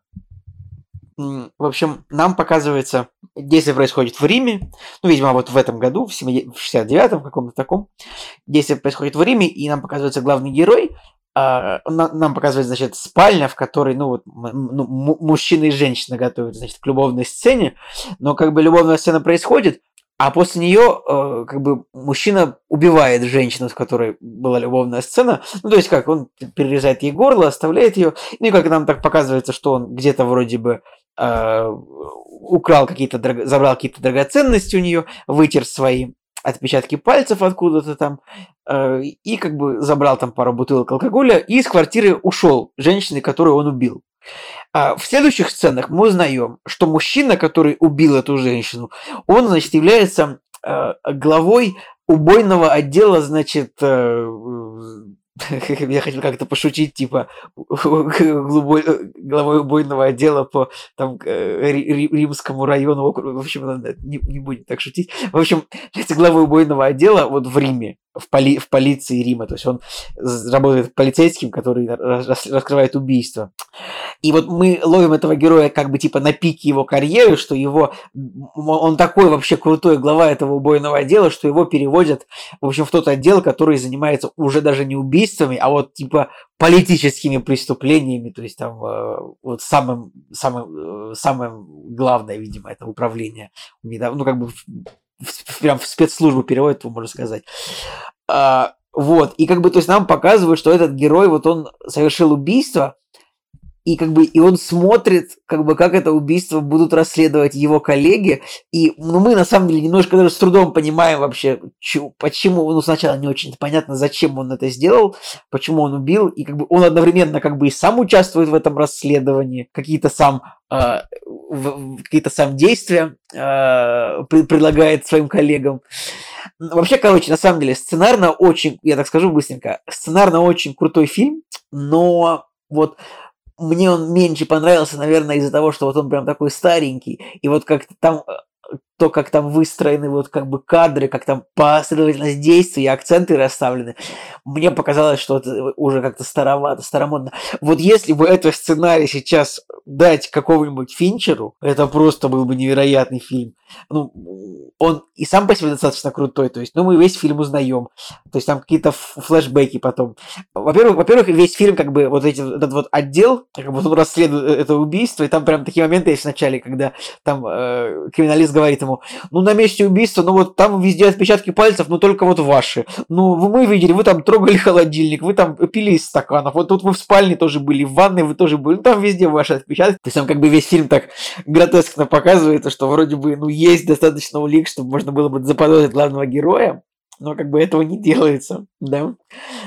М, В общем, нам показывается, действие происходит в Риме, ну, видимо, вот в этом году, в шестьдесят девятом, в каком-то таком, действие происходит в Риме, и нам показывается главный герой, а, на- нам показывает, значит, спальня, в которой, ну, вот, м- ну, му- мужчина и женщина готовят, значит, к любовной сцене, но как бы любовная сцена происходит, а после нее, э, как бы, мужчина убивает женщину, с которой была любовная сцена. Ну, то есть, как, он перерезает ей горло, оставляет ее. Ну, и как нам так показывается, что он где-то вроде бы э, украл какие-то, драго- забрал какие-то драгоценности у нее, вытер свои отпечатки пальцев откуда-то там, э, и как бы забрал там пару бутылок алкоголя, и из квартиры ушел женщины, которую он убил. А в следующих сценах мы узнаем, что мужчина, который убил эту женщину, он, значит, является э, главой убойного отдела, значит, э, я хотел как-то пошутить, типа, глубо- главой убойного отдела по там, э, ри- ри- римскому району округа. В общем, ладно, не, не будем так шутить. В общем, это главой убойного отдела вот в Риме, в, поли, в полиции Рима. То есть он з- работает полицейским, который рас- раскрывает убийство. И вот мы ловим этого героя как бы типа на пике его карьеры, что его м, он такой вообще крутой глава этого убойного отдела, что его переводят, в общем, в тот отдел, который занимается уже даже не убийствами, а вот типа политическими преступлениями, то есть там э, вот самым, самым, э, самое главное, видимо, это управление. Недавно, ну, как бы в- в- прям в спецслужбу переводят, можно сказать. А, вот, и как бы, то есть нам показывают, что этот герой, вот он совершил убийство, и как бы и он смотрит, как бы, как это убийство будут расследовать его коллеги, и ну, мы на самом деле немножко даже с трудом понимаем вообще, чё, почему, ну сначала не очень понятно, зачем он это сделал, почему он убил, и как бы он одновременно как бы и сам участвует в этом расследовании, какие-то сам э, в, какие-то сам действия э, предлагает своим коллегам. Вообще, короче, на самом деле, сценарно очень, я так скажу быстренько, сценарно очень крутой фильм, но вот мне он меньше понравился, наверное, из-за того, что вот он прям такой старенький, и вот как-то там, то, как там выстроены вот как бы кадры, как там последовательность действий и акценты расставлены, мне показалось, что это уже как-то старовато, старомодно. Вот если бы этот сценарий сейчас дать какому-нибудь Финчеру, это просто был бы невероятный фильм. Ну, он и сам по себе достаточно крутой, то есть, ну, мы весь фильм узнаем, то есть там какие-то флешбеки потом. Во-первых, во-первых, весь фильм, как бы, вот эти, этот вот отдел, как бы он расследует это убийство, и там прям такие моменты есть в начале, когда там э, криминалист говорит ему, ну, на месте убийства, ну, вот там везде отпечатки пальцев, но только вот ваши. Ну, мы видели, вы там трогали холодильник, вы там пили из стаканов, вот тут вы в спальне тоже были, в ванной вы тоже были, ну, там везде ваши отпечатки. То есть там как бы весь фильм так гротескно показывает, что вроде бы, ну, есть достаточно улик, чтобы можно было бы заподозрить главного героя, но как бы этого не делается, да.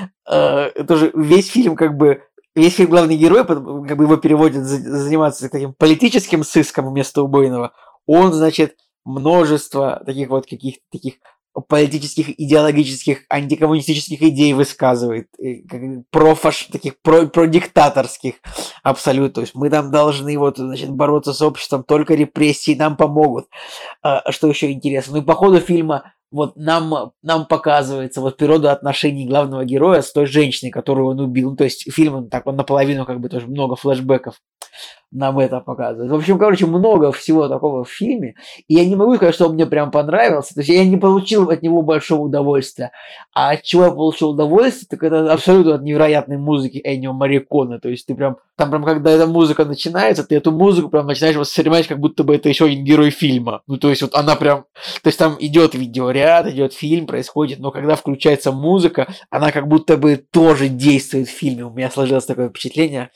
Это же весь фильм как бы, весь фильм главный герой, как бы его переводят заниматься таким политическим сыском вместо убойного, он, значит, множество таких вот каких-то таких политических, идеологических, антикоммунистических идей высказывает, профаш, таких про, продиктаторских абсолютно. То есть мы там должны вот, значит, бороться с обществом, только репрессии нам помогут. А, что еще интересно? Ну и по ходу фильма вот нам, нам показывается вот природа отношений главного героя с той женщиной, которую он убил. Ну, то есть фильм так, он наполовину как бы тоже много флешбеков нам это показывает. В общем, короче, много всего такого в фильме. И я не могу сказать, что он мне прям понравился. То есть я не получил от него большого удовольствия. А от чего я получил удовольствие, так это абсолютно от невероятной музыки Эннио Морриконе. То есть ты прям, там прям, когда эта музыка начинается, ты эту музыку прям начинаешь воспринимать, как будто бы это еще один герой фильма. Ну, то есть вот она прям, то есть там идет видеоряд, идет фильм, происходит, но когда включается музыка, она как будто бы тоже действует в фильме. У меня сложилось такое впечатление.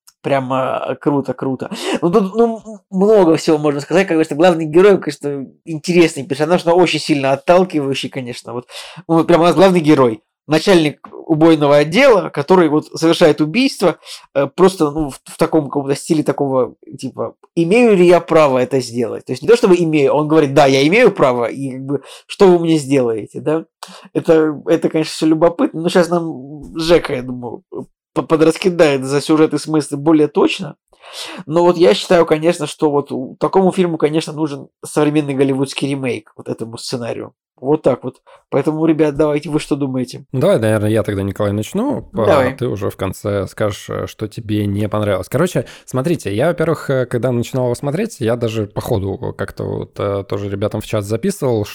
Прямо круто, круто. Ну, тут ну, много всего можно сказать. Конечно, главный герой, конечно, интересный персонаж, но очень сильно отталкивающий, конечно. Вот, ну, прямо у нас главный герой. Начальник убойного отдела, который вот совершает убийство э, просто ну, в, в таком каком-то стиле такого, типа, имею ли я право это сделать? То есть не то, чтобы имею, он говорит, да, я имею право, и как бы, что вы мне сделаете, да? Это, это конечно, все любопытно, но сейчас нам Жека, я думаю, подраскидает за сюжет и смысл более точно. Но вот я считаю, конечно, что вот такому фильму, конечно, нужен современный голливудский ремейк вот этому сценарию. Вот так вот. Поэтому, ребят, давайте, вы что думаете? Давай, наверное, я тогда, Николай, начну. Давай. А ты уже в конце скажешь, что тебе не понравилось. Короче, смотрите, я, во-первых, когда начинал его смотреть, я даже по ходу как-то вот тоже ребятам в чат записывал,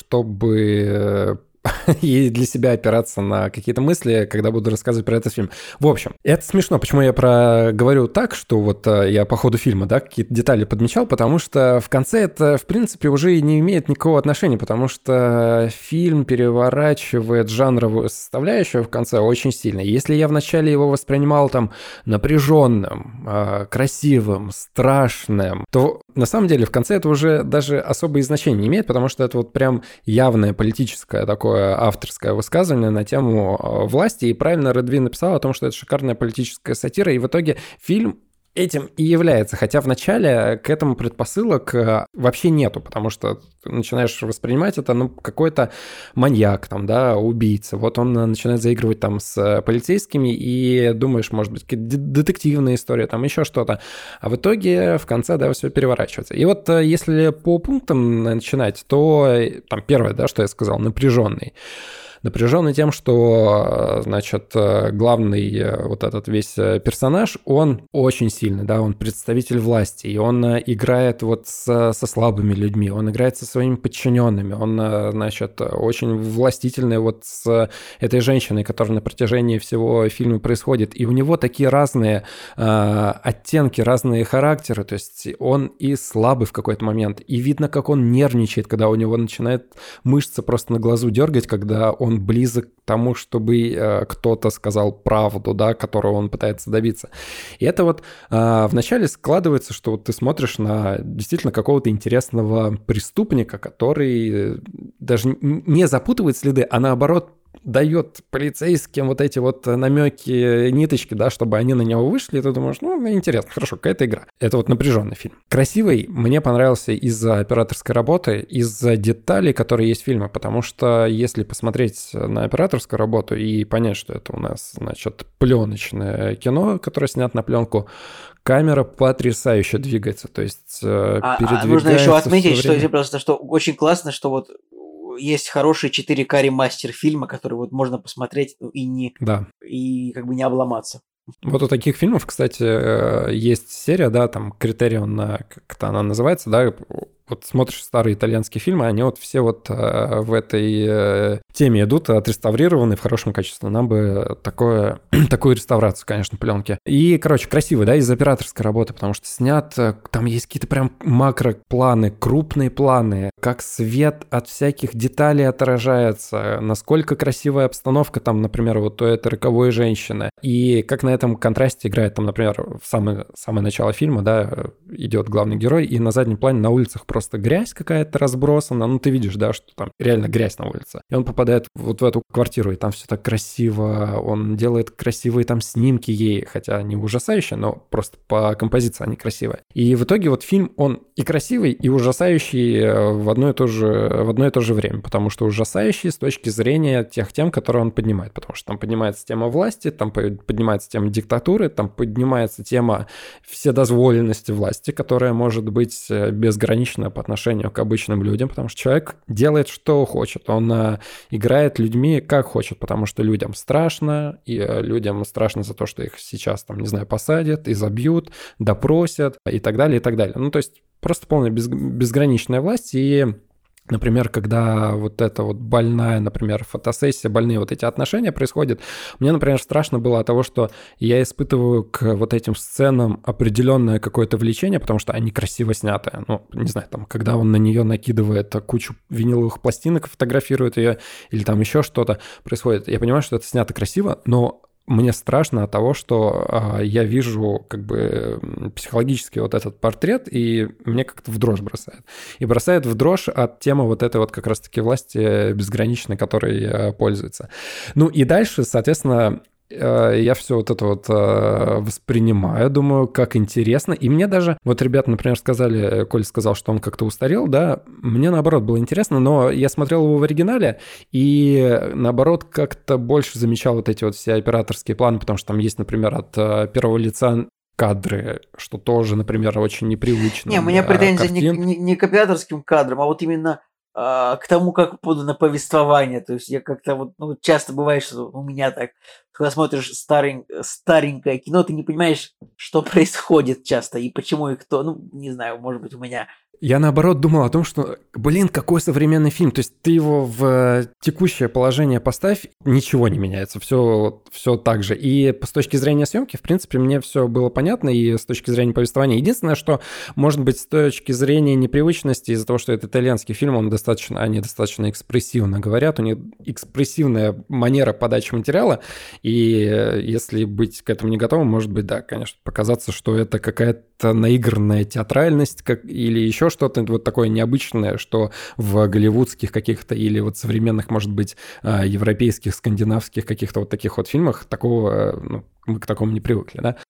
чтобы и для себя опираться на какие-то мысли, когда буду рассказывать про этот фильм. В общем, это смешно. Почему я про говорю так, что вот я по ходу фильма, да, какие-то детали подмечал, потому что в конце это, в принципе, уже и не имеет никакого отношения, потому что фильм переворачивает жанровую составляющую в конце очень сильно. Если я вначале его воспринимал там напряженным, красивым, страшным, то на самом деле в конце это уже даже особое значение не имеет, потому что это вот прям явное политическое такое авторское высказывание на тему власти, и правильно Редвин написал о том, что это шикарная политическая сатира, и в итоге фильм этим и является, хотя вначале к этому предпосылок вообще нету, потому что ты начинаешь воспринимать это, ну, какой-то маньяк, там, да, убийца, вот он начинает заигрывать там с полицейскими, и думаешь, может быть, какая-то детективная история, там еще что-то, а в итоге в конце, да, все переворачивается. И вот если по пунктам начинать, то там первое, да, что я сказал, напряженный. Напряженный тем, что, значит, главный вот этот весь персонаж, он очень сильный, да, он представитель власти, и он играет вот со, со слабыми людьми, он играет со своими подчиненными, он, значит, очень властительный вот с этой женщиной, которая на протяжении всего фильма происходит, и у него такие разные э, оттенки, разные характеры, то есть он и слабый в какой-то момент, и видно, как он нервничает, когда у него начинает мышцы просто на глазу дергать, когда он он близок к тому, чтобы э, кто-то сказал правду, да, которую он пытается добиться. И это вот э, вначале складывается, что вот ты смотришь на действительно какого-то интересного преступника, который даже не запутывает следы, а наоборот дает полицейским вот эти вот намеки, ниточки, да, чтобы они на него вышли, и ты думаешь, ну, интересно, хорошо, какая-то игра. Это вот напряженный фильм. Красивый мне понравился из-за операторской работы, из-за деталей, которые есть в фильме, потому что если посмотреть на операторскую работу и понять, что это у нас, значит, пленочное кино, которое снято на пленку, камера потрясающе двигается, то есть а, передвигается. А нужно еще отметить, что, просто, что очень классно, что вот есть хороший четыре ка ремастер фильма, который вот можно посмотреть и не да. и как бы не обломаться. Вот у таких фильмов, кстати, есть серия, да, там Критерион, как-то она называется, да, вот смотришь старые итальянские фильмы, они вот все вот э, в этой э, теме идут, отреставрированы в хорошем качестве. Нам бы такое, такую реставрацию, конечно, пленки. И, короче, красиво, да, из операторской работы, потому что снят, там есть какие-то прям макропланы, крупные планы, как свет от всяких деталей отражается, насколько красивая обстановка там, например, вот у этой роковой женщины. И как на этом контрасте играет, там, например, в самое, самое начало фильма, да, идет главный герой, и на заднем плане на улицах просто просто грязь какая-то разбросана, ну ты видишь, да, что там реально грязь на улице. И он попадает вот в эту квартиру, и там все так красиво, он делает красивые там снимки ей, хотя они ужасающие, но просто по композиции они красивые. И в итоге вот фильм, он и красивый, и ужасающий в одно и то же, в одно и то же время, потому что ужасающий с точки зрения тех тем, которые он поднимает, потому что там поднимается тема власти, там поднимается тема диктатуры, там поднимается тема вседозволенности власти, которая может быть безгранична по отношению к обычным людям, потому что человек делает, что хочет. Он а, играет людьми, как хочет, потому что людям страшно, и а, людям страшно за то, что их сейчас, там, не знаю, посадят, изобьют, допросят и так далее, и так далее. Ну, то есть просто полная без, безграничная власть, и... Например, когда вот эта вот больная, например, фотосессия, больные вот эти отношения происходят, мне, например, страшно было от того, что я испытываю к вот этим сценам определенное какое-то влечение, потому что они красиво сняты. Ну, не знаю, там, когда он на нее накидывает кучу виниловых пластинок, фотографирует ее, или там еще что-то происходит. Я понимаю, что это снято красиво, но мне страшно от того, что а, я вижу как бы психологически вот этот портрет, и мне как-то в дрожь бросает. И бросает в дрожь от темы вот этой вот как раз-таки власти безграничной, которой а, пользуется. Ну и дальше, соответственно, я все вот это вот воспринимаю, думаю, как интересно. И мне даже, вот ребята, например, сказали, Коля сказал, что он как-то устарел, да, мне наоборот было интересно, но я смотрел его в оригинале и наоборот как-то больше замечал вот эти вот все операторские планы, потому что там есть, например, от первого лица кадры, что тоже, например, очень непривычно. Не, у меня претензии не, не, не к операторским кадрам, а вот именно к тому, как подано повествование. То есть я как-то вот, ну, часто бывает, что у меня так, когда смотришь старень, старенькое кино, ты не понимаешь, что происходит часто и почему и кто. Ну, не знаю, может быть, у меня... Я, наоборот, думал о том, что, блин, какой современный фильм. То есть ты его в текущее положение поставь, ничего не меняется, все, все так же. И с точки зрения съемки, в принципе, мне все было понятно, и с точки зрения повествования. Единственное, что, может быть, с точки зрения непривычности, из-за того, что это итальянский фильм, он достаточно, они достаточно экспрессивно говорят, у них экспрессивная манера подачи материала, и если быть к этому не готовым, может быть, да, конечно, показаться, что это какая-то наигранная театральность как, или еще что-то вот такое необычное, что в голливудских каких-то или вот современных, может быть, европейских, скандинавских каких-то вот таких вот фильмах такого, ну, мы к такому не привыкли, да.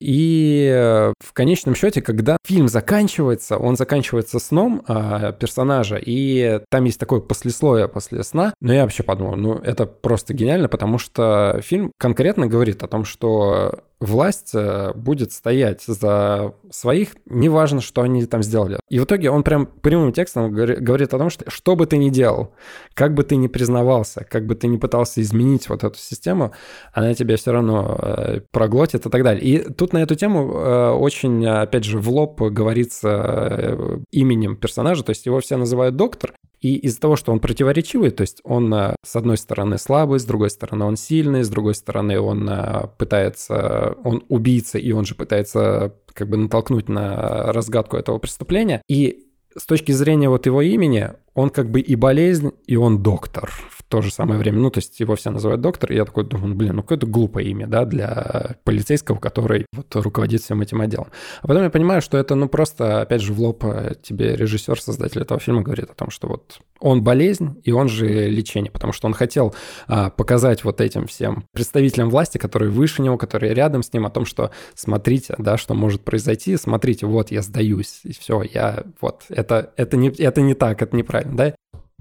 И в конечном счете, когда фильм заканчивается, он заканчивается сном а, персонажа, и там есть такое послесловие после сна, но я вообще подумал, ну, это просто гениально, потому что фильм конкретно говорит о том, что власть будет стоять за своих, неважно, что они там сделали. И в итоге он прям прямым текстом говорит о том, что что бы ты ни делал, как бы ты ни признавался, как бы ты ни пытался изменить вот эту систему, она тебя все равно проглотит и так далее. И тут на эту тему очень, опять же, в лоб говорится именем персонажа, то есть его все называют доктор, и из-за того, что он противоречивый, то есть он с одной стороны слабый, с другой стороны он сильный, с другой стороны он пытается, он убийца, и он же пытается как бы натолкнуть на разгадку этого преступления. И с точки зрения вот его имени, он как бы и болезнь, и он доктор в то же самое время. Ну, то есть его все называют доктор, и я такой думаю, блин, ну какое-то глупое имя, да, для полицейского, который вот руководит всем этим отделом. А потом я понимаю, что это, ну, просто, опять же, в лоб тебе режиссер, создатель этого фильма говорит о том, что вот он болезнь, и он же лечение, потому что он хотел а, показать вот этим всем представителям власти, которые выше него, которые рядом с ним, о том, что смотрите, да, что может произойти, смотрите, вот я сдаюсь, и все, я вот, это, это, не, это не так, это неправильно, да.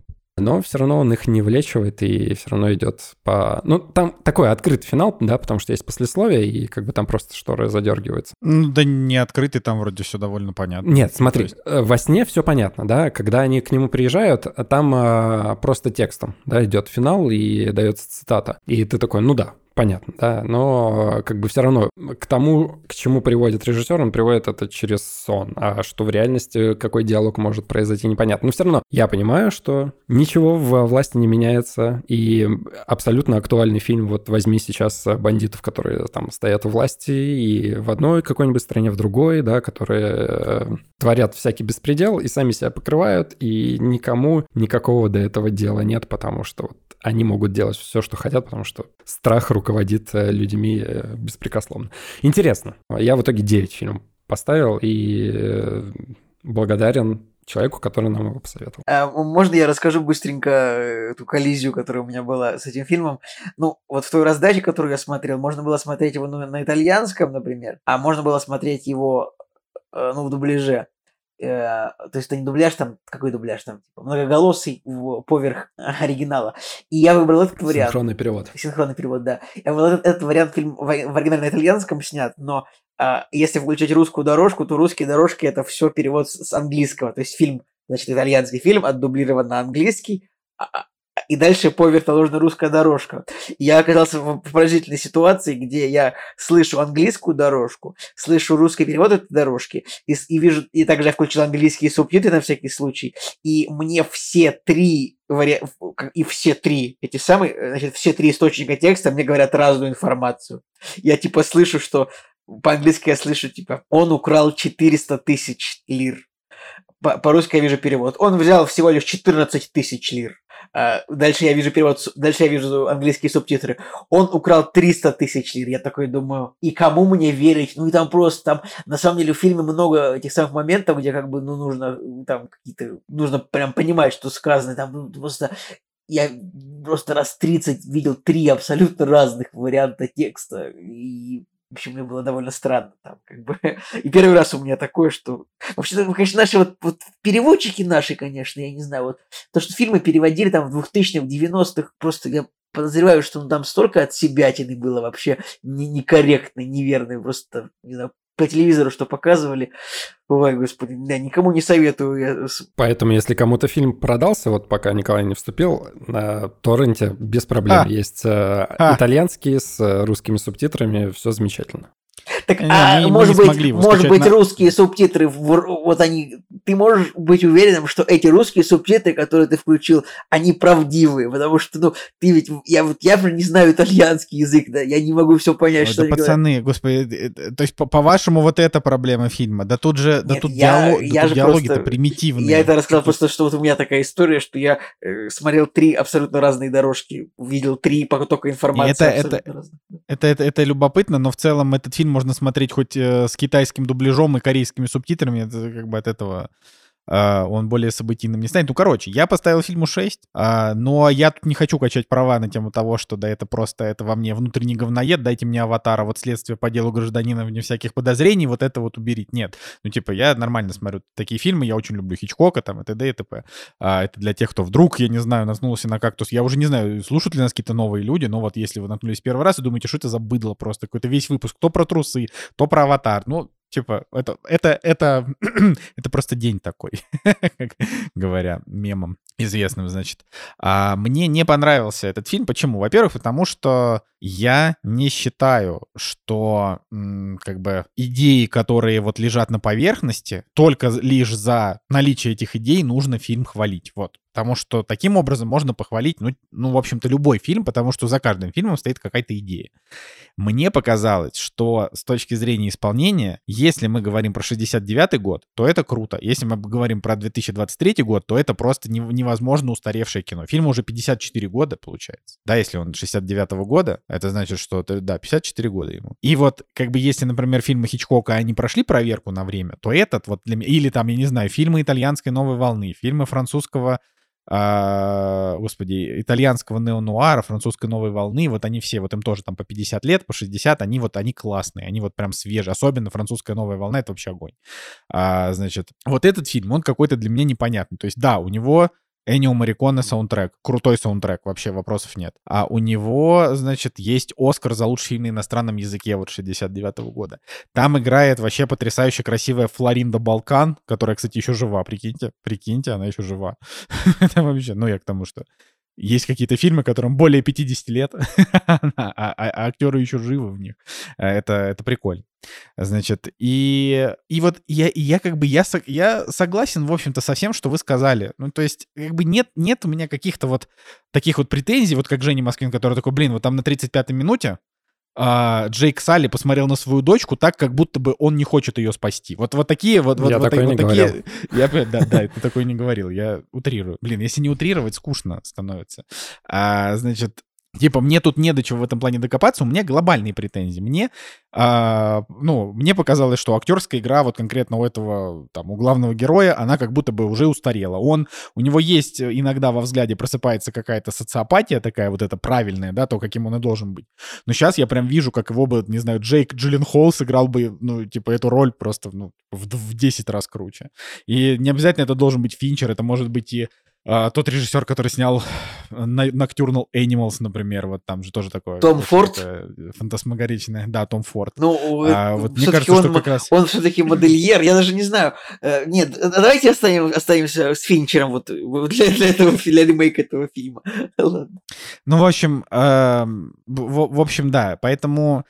Но все равно он их не влечивает и все равно идет по... Ну, там такой открытый финал, да, потому что есть послесловие, и как бы там просто шторы задергиваются. Ну, да не открытый, там вроде все довольно понятно. Нет, смотри, есть... во сне все понятно, да, когда они к нему приезжают, там а, просто текстом, да, идет финал и дается цитата. И ты такой, ну да, понятно, да, но как бы все равно к тому, к чему приводит режиссер, он приводит это через сон, а что в реальности, какой диалог может произойти, непонятно. Но все равно я понимаю, что ничего в «Власти» не меняется, и абсолютно актуальный фильм, вот возьми сейчас бандитов, которые там стоят у власти, и в одной какой-нибудь стране, в другой, да, которые творят всякий беспредел и сами себя покрывают, и никому никакого до этого дела нет, потому что вот они могут делать все, что хотят, потому что страх руководит людьми беспрекословно. Интересно. Я в итоге девять фильмов поставил и благодарен человеку, который нам его посоветовал. А, можно я расскажу быстренько эту коллизию, которая у меня была с этим фильмом? Ну, вот в той раздаче, которую я смотрел, можно было смотреть его ну, на итальянском, например, а можно было смотреть его ну, в дубляже. То есть это не дубляж, там, какой дубляж там, типа, многоголосый поверх оригинала. И я выбрал этот вариант. Синхронный перевод. Синхронный перевод, да. Я выбрал этот, этот вариант, фильм в, в оригинальном итальянском снят, но а, если включать русскую дорожку, то русские дорожки это все перевод с, с английского. То есть фильм, значит, итальянский фильм, отдублирован на английский, а, и дальше поверхностно русская дорожка. Я оказался в поразительной ситуации, где я слышу английскую дорожку, слышу русский перевод этой дорожки, и, и вижу, и также я включил английские субтитры на всякий случай, и мне все три вари... и все три эти самые, значит, все три источника текста мне говорят разную информацию. Я типа слышу, что по-английски я слышу, типа, он украл четыреста тысяч лир. По-русски я вижу перевод. Он взял всего лишь четырнадцать тысяч лир. Uh, дальше я вижу перевод, дальше я вижу английские субтитры. Он украл триста тысяч лир. Я такой думаю, и кому мне верить? Ну и там просто, там, на самом деле в фильме много этих самых моментов, где как бы, ну, нужно, там, какие-то, нужно прям понимать, что сказано. Там, ну, просто, я просто раз тридцать видел три абсолютно разных варианта текста. И в общем, мне было довольно странно там, как бы. И первый раз у меня такое, что... Вообще, конечно, наши вот, вот переводчики наши, конечно, я не знаю, вот то, что фильмы переводили там в двухтысячных, в девяностых, просто я подозреваю, что ну, там столько отсебятины было вообще не, некорректной, неверной, просто, не знаю, по телевизору, что показывали. Ой, господи, да, никому не советую. Поэтому, если кому-то фильм продался, вот пока Николай не вступил, на торренте без проблем а. есть а. итальянский с русскими субтитрами, все замечательно. Так, не, а, не, может быть, может быть на... русские субтитры, вот они, ты можешь быть уверенным, что эти русские субтитры, которые ты включил, они правдивые, потому что, ну, ты ведь, я вот, я же не знаю итальянский язык, да, я не могу все понять, Ой, что да они пацаны, говорят. Господи, то есть, по-вашему, вот это проблема фильма, да тут же, да Нет, тут, я, диалог, я да тут диалоги-то просто, примитивные. Я это рассказал просто, что вот у меня такая история, что я э, смотрел три абсолютно разные дорожки, видел три потока информации это, абсолютно это, разных. Это, это, это любопытно, но в целом этот фильм можно смотреть хоть э, с китайским дубляжом и корейскими субтитрами, это как бы от этого э, он более событийным не станет. Ну, короче, я поставил фильму шесть, э, но я тут не хочу качать права на тему того, что да, это просто, это во мне внутренний говноед, дайте мне «Аватара», вот «Следствие по делу гражданина», вне всяких подозрений, вот это вот уберите. Нет, ну, типа, я нормально смотрю такие фильмы, я очень люблю Хичкока, там, и т.д. и т.п. А, это для тех, кто вдруг, я не знаю, наткнулся на «Кактус». Я уже не знаю, слушают ли нас какие-то новые люди, но вот если вы наткнулись первый раз и думаете, что это за быдло просто, какой-то весь выпуск, то про трусы, то про «Аватар», ну, типа, это, это, это, это просто день такой, как говоря мемом известным, значит. А мне не понравился этот фильм. Почему? Во-первых, потому что я не считаю, что м, как бы идеи, которые вот лежат на поверхности, только лишь за наличие этих идей нужно фильм хвалить. Вот. Потому что таким образом можно похвалить, ну, ну, в общем-то, любой фильм, потому что за каждым фильмом стоит какая-то идея. Мне показалось, что с точки зрения исполнения, если мы говорим про шестьдесят девятый год, то это круто. Если мы говорим про две тысячи двадцать третий год, то это просто невозможно устаревшее кино. Фильму уже пятьдесят четыре года, получается. Да, если он шестьдесят девятого года, это значит, что, да, пятьдесят четыре года ему. И вот, как бы, если, например, фильмы Хичкока, они прошли проверку на время, то этот вот для меня... Или там, я не знаю, фильмы итальянской новой волны, фильмы французского... А, господи, итальянского неонуара, французской новой волны, вот они все, вот им тоже там по пятьдесят лет, по шестьдесят, они вот, они классные, они вот прям свежие, особенно французская новая волна, это вообще огонь. А, значит, вот этот фильм, он какой-то для меня непонятный, то есть да, у него Эннио Морриконе саундтрек, крутой саундтрек, вообще вопросов нет. А у него, значит, есть Оскар за лучший фильм на иностранном языке вот шестьдесят девятого года. Там играет вообще потрясающе красивая Флоринда Балкан, которая, кстати, еще жива, прикиньте, прикиньте, она еще жива. Это вообще, ну я к тому, что есть какие-то фильмы, которым более пятьдесят лет, а актеры еще живы в них. Это, это прикольно. Значит, и, и вот я, я как бы, я, я согласен, в общем-то, со всем, что вы сказали. Ну, то есть, как бы нет, нет у меня каких-то вот таких вот претензий, вот как Женя Москвин, который такой, блин, вот там на тридцать пятой минуте а, Джейк Салли посмотрел на свою дочку так, как будто бы он не хочет ее спасти. Вот, вот такие вот... Я вот, такое вот, не вот говорил. Такие, я, да, да, ты такое не говорил, я утрирую. Блин, если не утрировать, скучно становится. А, значит... Типа, мне тут не до чего в этом плане докопаться, у меня глобальные претензии. Мне, а, ну, мне показалось, что актерская игра вот конкретно у этого, там, у главного героя, она как будто бы уже устарела. Он, у него есть иногда во взгляде просыпается какая-то социопатия такая вот эта правильная, да, то, каким он и должен быть. Но сейчас я прям вижу, как его бы, не знаю, Джейк Джилленхол сыграл бы, ну, типа, эту роль просто, ну, в, в десять раз круче. И не обязательно это должен быть Финчер, это может быть и А, тот режиссер, который снял Nocturnal Animals, например, вот там же тоже такое... Том Форд? Фантасмагоричное. Да, Том Форд. Ну, а, вот мне кажется, он, что как раз... он все-таки модельер, я даже не знаю. Нет, давайте останем, останемся с Финчером вот для, для, этого, для ремейка этого фильма. Ладно. Ну, в общем, э, в, в общем, да, поэтому...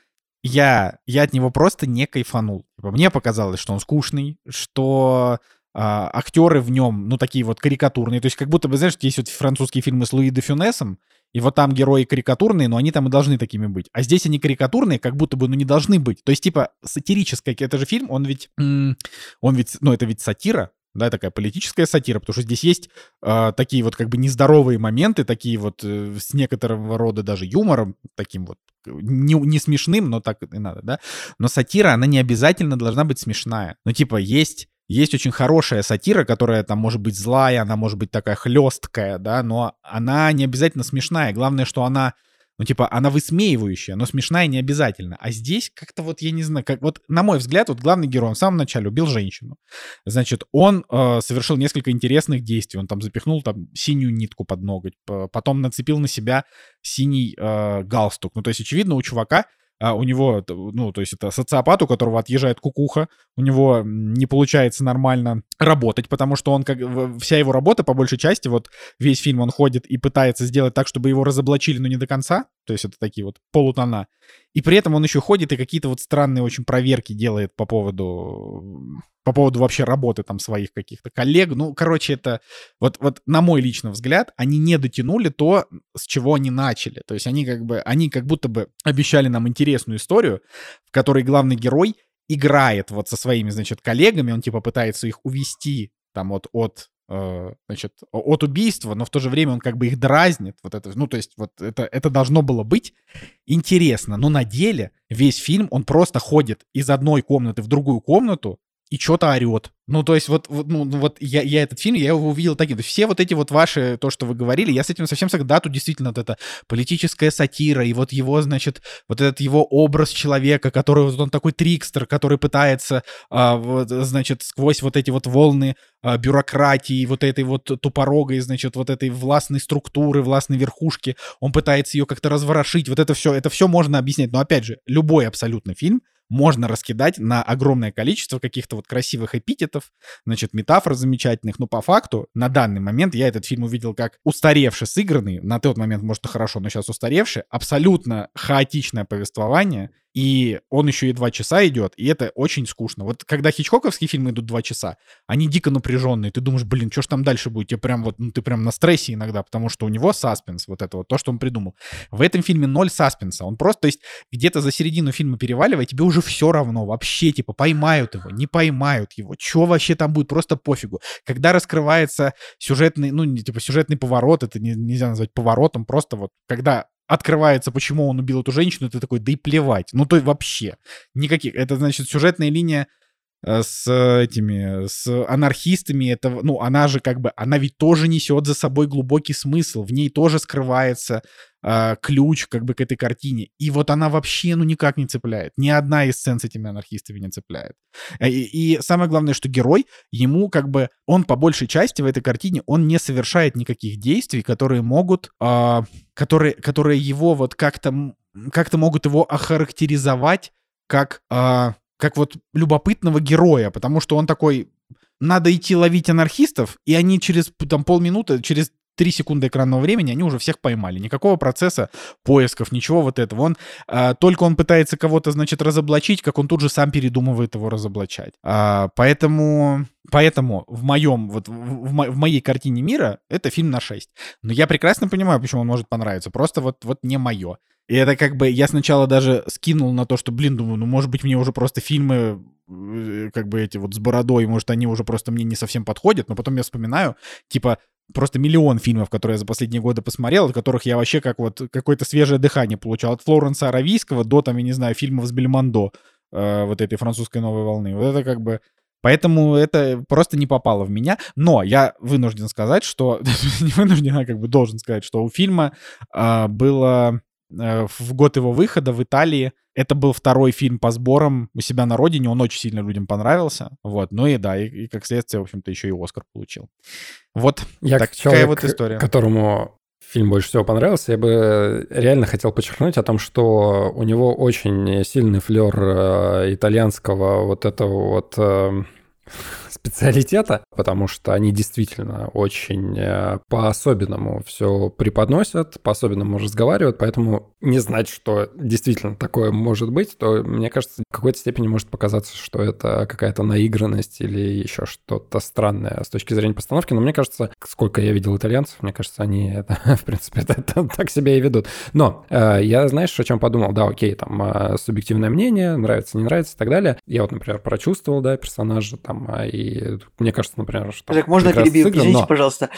Я, я от него просто не кайфанул. Мне показалось, что он скучный, что... А, актеры в нем, ну, такие вот карикатурные. То есть как будто бы, знаешь, есть вот французские фильмы с Луи де Фюнесом, и вот там герои карикатурные, но они там и должны такими быть. А здесь они карикатурные, как будто бы, ну, не должны быть. То есть, типа, сатирическое, это же фильм, он ведь, он ведь, ну, это ведь сатира, да, такая политическая сатира, потому что здесь есть э, такие вот как бы нездоровые моменты, такие вот э, с некоторого рода даже юмором, таким вот, не, не смешным, но так и надо, да. Но сатира, она не обязательно должна быть смешная. Ну, типа, есть... Есть очень хорошая сатира, которая там может быть злая, она может быть такая хлесткая, да, но она не обязательно смешная. Главное, что она, ну, типа, она высмеивающая, но смешная не обязательно. А здесь как-то вот, я не знаю, как вот, на мой взгляд, вот главный герой, он в самом начале убил женщину. Значит, он э, совершил несколько интересных действий. Он там запихнул там синюю нитку под ноготь, потом нацепил на себя синий э, галстук. Ну, то есть, очевидно, у чувака А у него, ну, то есть это социопат, у которого отъезжает кукуха, у него не получается нормально работать, потому что он, как вся его работа, по большей части, вот весь фильм он ходит и пытается сделать так, чтобы его разоблачили, но не до конца, то есть это такие вот полутона, и при этом он еще ходит и какие-то вот странные очень проверки делает по поводу... по поводу вообще работы там своих каких-то коллег. Ну, короче, это вот, вот на мой личный взгляд, они не дотянули то, с чего они начали. То есть они как бы, они как будто бы обещали нам интересную историю, в которой главный герой играет вот со своими, значит, коллегами, он типа пытается их увести там вот от, э, значит, от убийства, но в то же время он как бы их дразнит. Вот это, ну, то есть вот это, это должно было быть интересно, но на деле весь фильм, он просто ходит из одной комнаты в другую комнату, и что-то орет. Ну, то есть, вот, вот, ну, вот я, я этот фильм, я его увидел таким. То есть все вот эти вот ваши, то, что вы говорили, я с этим совсем согласен. Да, тут действительно вот эта политическая сатира, и вот его, значит, вот этот его образ человека, который, вот он такой трикстер, который пытается, а, вот, значит, сквозь вот эти вот волны а, бюрократии, вот этой вот тупорогой, значит, вот этой властной структуры, властной верхушки, он пытается ее как-то разворошить. Вот это все, это все можно объяснять. Но, опять же, любой абсолютно фильм можно раскидать на огромное количество каких-то вот красивых эпитетов, значит, метафор замечательных, но по факту на данный момент я этот фильм увидел как устаревший сыгранный, на тот момент, может, и хорошо, но сейчас устаревший, абсолютно хаотичное повествование, и он еще и два часа идет, и это очень скучно. Вот когда хичкоковские фильмы идут два часа, они дико напряженные, ты думаешь, блин, что ж там дальше будет? Тебе прям вот, ну, ты прям на стрессе иногда, потому что у него саспенс, вот это вот, то, что он придумал. В этом фильме ноль саспенса, он просто, то есть где-то за середину фильма переваливая, тебе уже все равно, вообще, типа, поймают его, не поймают его, что вообще там будет, просто пофигу. Когда раскрывается сюжетный, ну, типа, сюжетный поворот, это не, нельзя назвать поворотом, просто вот, когда открывается, почему он убил эту женщину, ты такой, да и плевать. Ну, то вообще. Никаких. Это, значит, сюжетная линия с этими, с анархистами. Это, ну, она же как бы, она ведь тоже несет за собой глубокий смысл. В ней тоже скрывается э, ключ как бы к этой картине. И вот она вообще, ну, никак не цепляет. Ни одна из сцен с этими анархистами не цепляет. И, и самое главное, что герой, ему как бы, он по большей части в этой картине, он не совершает никаких действий, которые могут, э, которые, которые его вот как-то, как-то могут его охарактеризовать как... Э, как вот любопытного героя, потому что он такой, надо идти ловить анархистов, и они через там полминуты, через три секунды экранного времени, они уже всех поймали. Никакого процесса поисков, ничего вот этого. Он, а, только он пытается кого-то, значит, разоблачить, как он тут же сам передумывает его разоблачать. А, поэтому... Поэтому в моем, вот в, в, в моей картине мира это фильм на шесть. Но я прекрасно понимаю, почему он может понравиться. Просто вот, вот не мое. И это как бы я сначала даже скинул на то, что, блин, думаю, ну, может быть, мне уже просто фильмы, как бы эти вот с бородой, может, они уже просто мне не совсем подходят, но потом я вспоминаю, типа, просто миллион фильмов, которые я за последние годы посмотрел, от которых я вообще как вот какое-то свежее дыхание получал. От Флоренса Аравийского до, там, я не знаю, фильмов с Бельмондо, э, вот этой французской новой волны. Вот это как бы... Поэтому это просто не попало в меня. Но я вынужден сказать, что... не вынужден, а как бы должен сказать, что у фильма э, было... в год его выхода в Италии. Это был второй фильм по сборам у себя на родине. Он очень сильно людям понравился. Вот. Ну и да, и, и как следствие, в общем-то, еще и Оскар получил. Вот я такая человек, вот история. Которому фильм больше всего понравился, я бы реально хотел подчеркнуть о том, что у него очень сильный флер э, итальянского вот этого вот... Э, специалитета, потому что они действительно очень э, по-особенному все преподносят, по-особенному разговаривают, поэтому не знать, что действительно такое может быть, то, мне кажется, в какой-то степени может показаться, что это какая-то наигранность или еще что-то странное с точки зрения постановки, но мне кажется, сколько я видел итальянцев, мне кажется, они, это, в принципе, это, это, так себя и ведут. Но э, я, знаешь, о чем подумал? Да, окей, там, э, субъективное мнение, нравится, не нравится и так далее. Я вот, например, прочувствовал, да, персонажа, там, и мне кажется, например, что... Так, можно перебью? Сыгран, Извините, но... пожалуйста.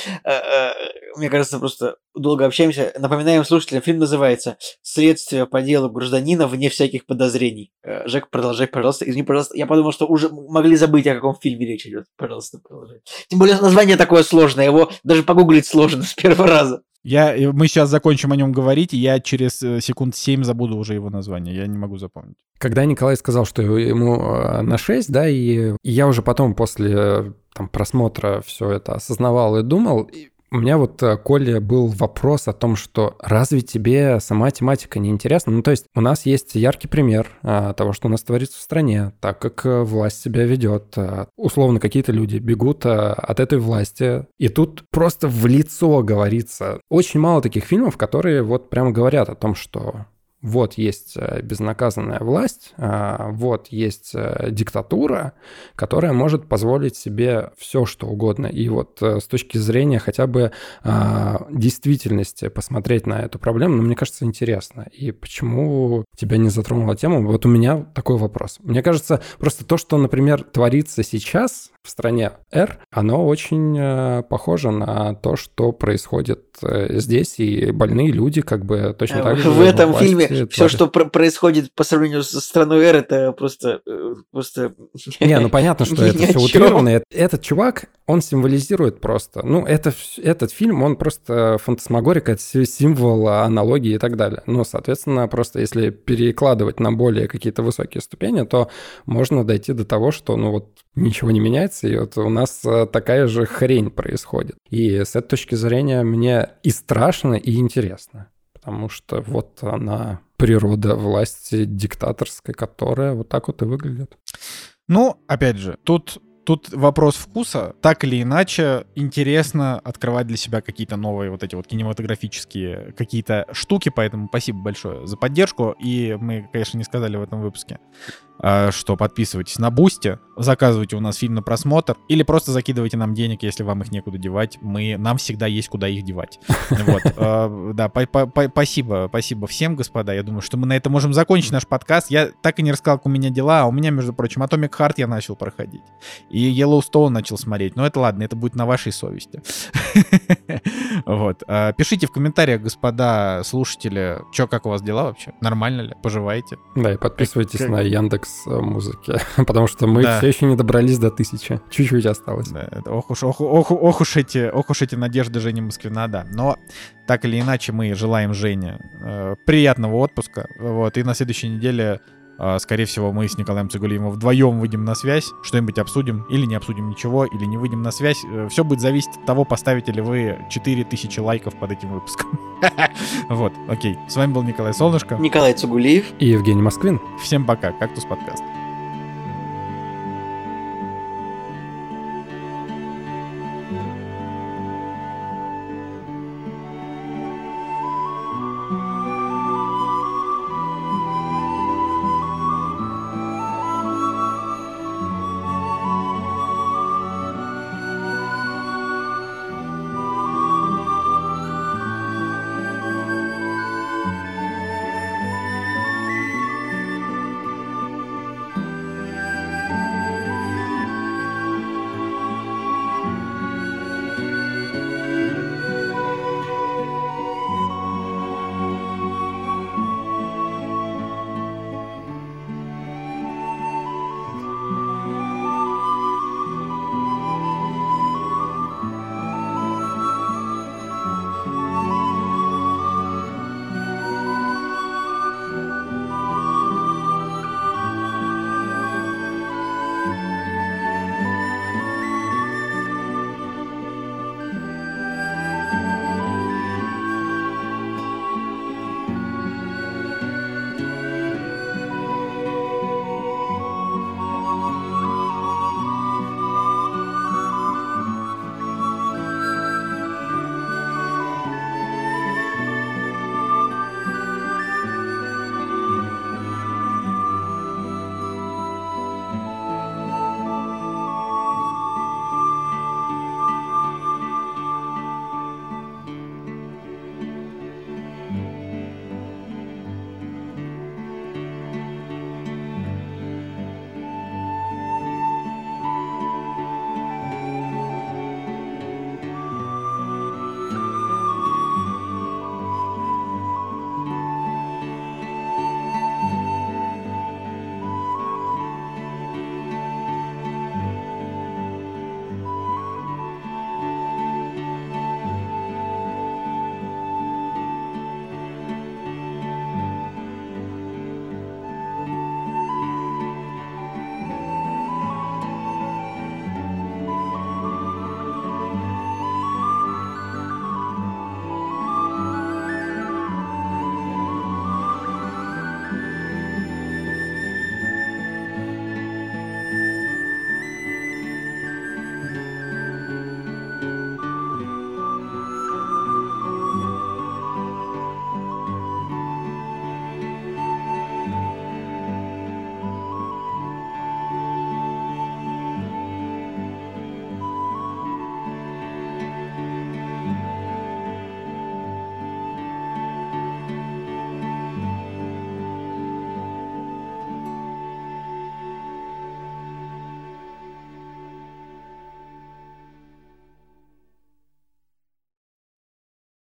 Мне кажется, просто долго общаемся. Напоминаем слушателям, фильм называется «Следствие по делу гражданина вне всяких подозрений». Жек, продолжай, пожалуйста. Извини, пожалуйста. Я подумал, что уже могли забыть, о каком фильме речь идет. Пожалуйста, продолжай. Тем более, название такое сложное. Его даже погуглить сложно с первого раза. Я, мы сейчас закончим о нем говорить, и я через секунд семь забуду уже его название. Я не могу запомнить. Когда Николай сказал, что ему на шесть, да, и, и я уже потом после там, просмотра все это осознавал и думал, у меня вот, Коля, был вопрос о том, что разве тебе сама тематика не интересна? Ну, то есть у нас есть яркий пример а, того, что у нас творится в стране, так как власть себя ведет. А, условно, какие-то люди бегут а, от этой власти, и тут просто в лицо говорится. Очень мало таких фильмов, которые вот прямо говорят о том, что... Вот есть безнаказанная власть, вот есть диктатура, которая может позволить себе все, что угодно. И вот с точки зрения хотя бы действительности посмотреть на эту проблему, ну, мне кажется, интересно. И почему тебя не затронула тема? Вот у меня такой вопрос. Мне кажется, просто то, что, например, творится сейчас в стране R, оно очень похоже на то, что происходит здесь, и больные люди как бы точно так же... В этом фильме все, что происходит по сравнению со страной R, это просто... просто... Не, ну понятно, что это все утрированно. Этот чувак, он символизирует просто... Ну, это, этот фильм, он просто фантасмагорика, это символ, аналогии и так далее. Ну, соответственно, просто если перекладывать на более какие-то высокие ступени, то можно дойти до того, что, ну, вот ничего не меняется, и вот у нас такая же хрень происходит. И с этой точки зрения мне и страшно, и интересно. Потому что вот она, природа власти диктаторской, которая вот так вот и выглядит. Ну, опять же, тут Тут вопрос вкуса. Так или иначе, интересно открывать для себя какие-то новые вот эти вот кинематографические какие-то штуки, поэтому спасибо большое за поддержку. И мы, конечно, не сказали в этом выпуске, что подписывайтесь на Бусти, заказывайте у нас фильм на просмотр, или просто закидывайте нам денег, если вам их некуда девать. Мы, нам всегда есть куда их девать. Вот. Да, спасибо, спасибо всем, господа. Я думаю, что мы на этом можем закончить наш подкаст. Я так и не рассказал, как у меня дела, а у меня, между прочим, Atomic Heart я начал проходить. И Yellowstone начал смотреть. Но это ладно, это будет на вашей совести. Вот. Пишите в комментариях, господа слушатели, что, как у вас дела вообще? Нормально ли? Поживаете? Да, и подписывайтесь на Яндекс.Музыки, потому что мы все еще не добрались до тысячи. Чуть-чуть осталось. Ох уж, ох, ох, ох уж эти, ох уж эти надежды Жени Москвина, да. Но так или иначе мы желаем Жене э, приятного отпуска. Вот. И на следующей неделе, э, скорее всего, мы с Николаем Цугулиевым вдвоем выйдем на связь, что-нибудь обсудим, или не обсудим ничего, или не выйдем на связь. Э, все будет зависеть от того, поставите ли вы четыре тысячи лайков под этим выпуском. Вот, окей. С вами был Николай Солнышко. Николай Цугулиев. И Евгений Москвин. Всем пока. Кактус подкаст.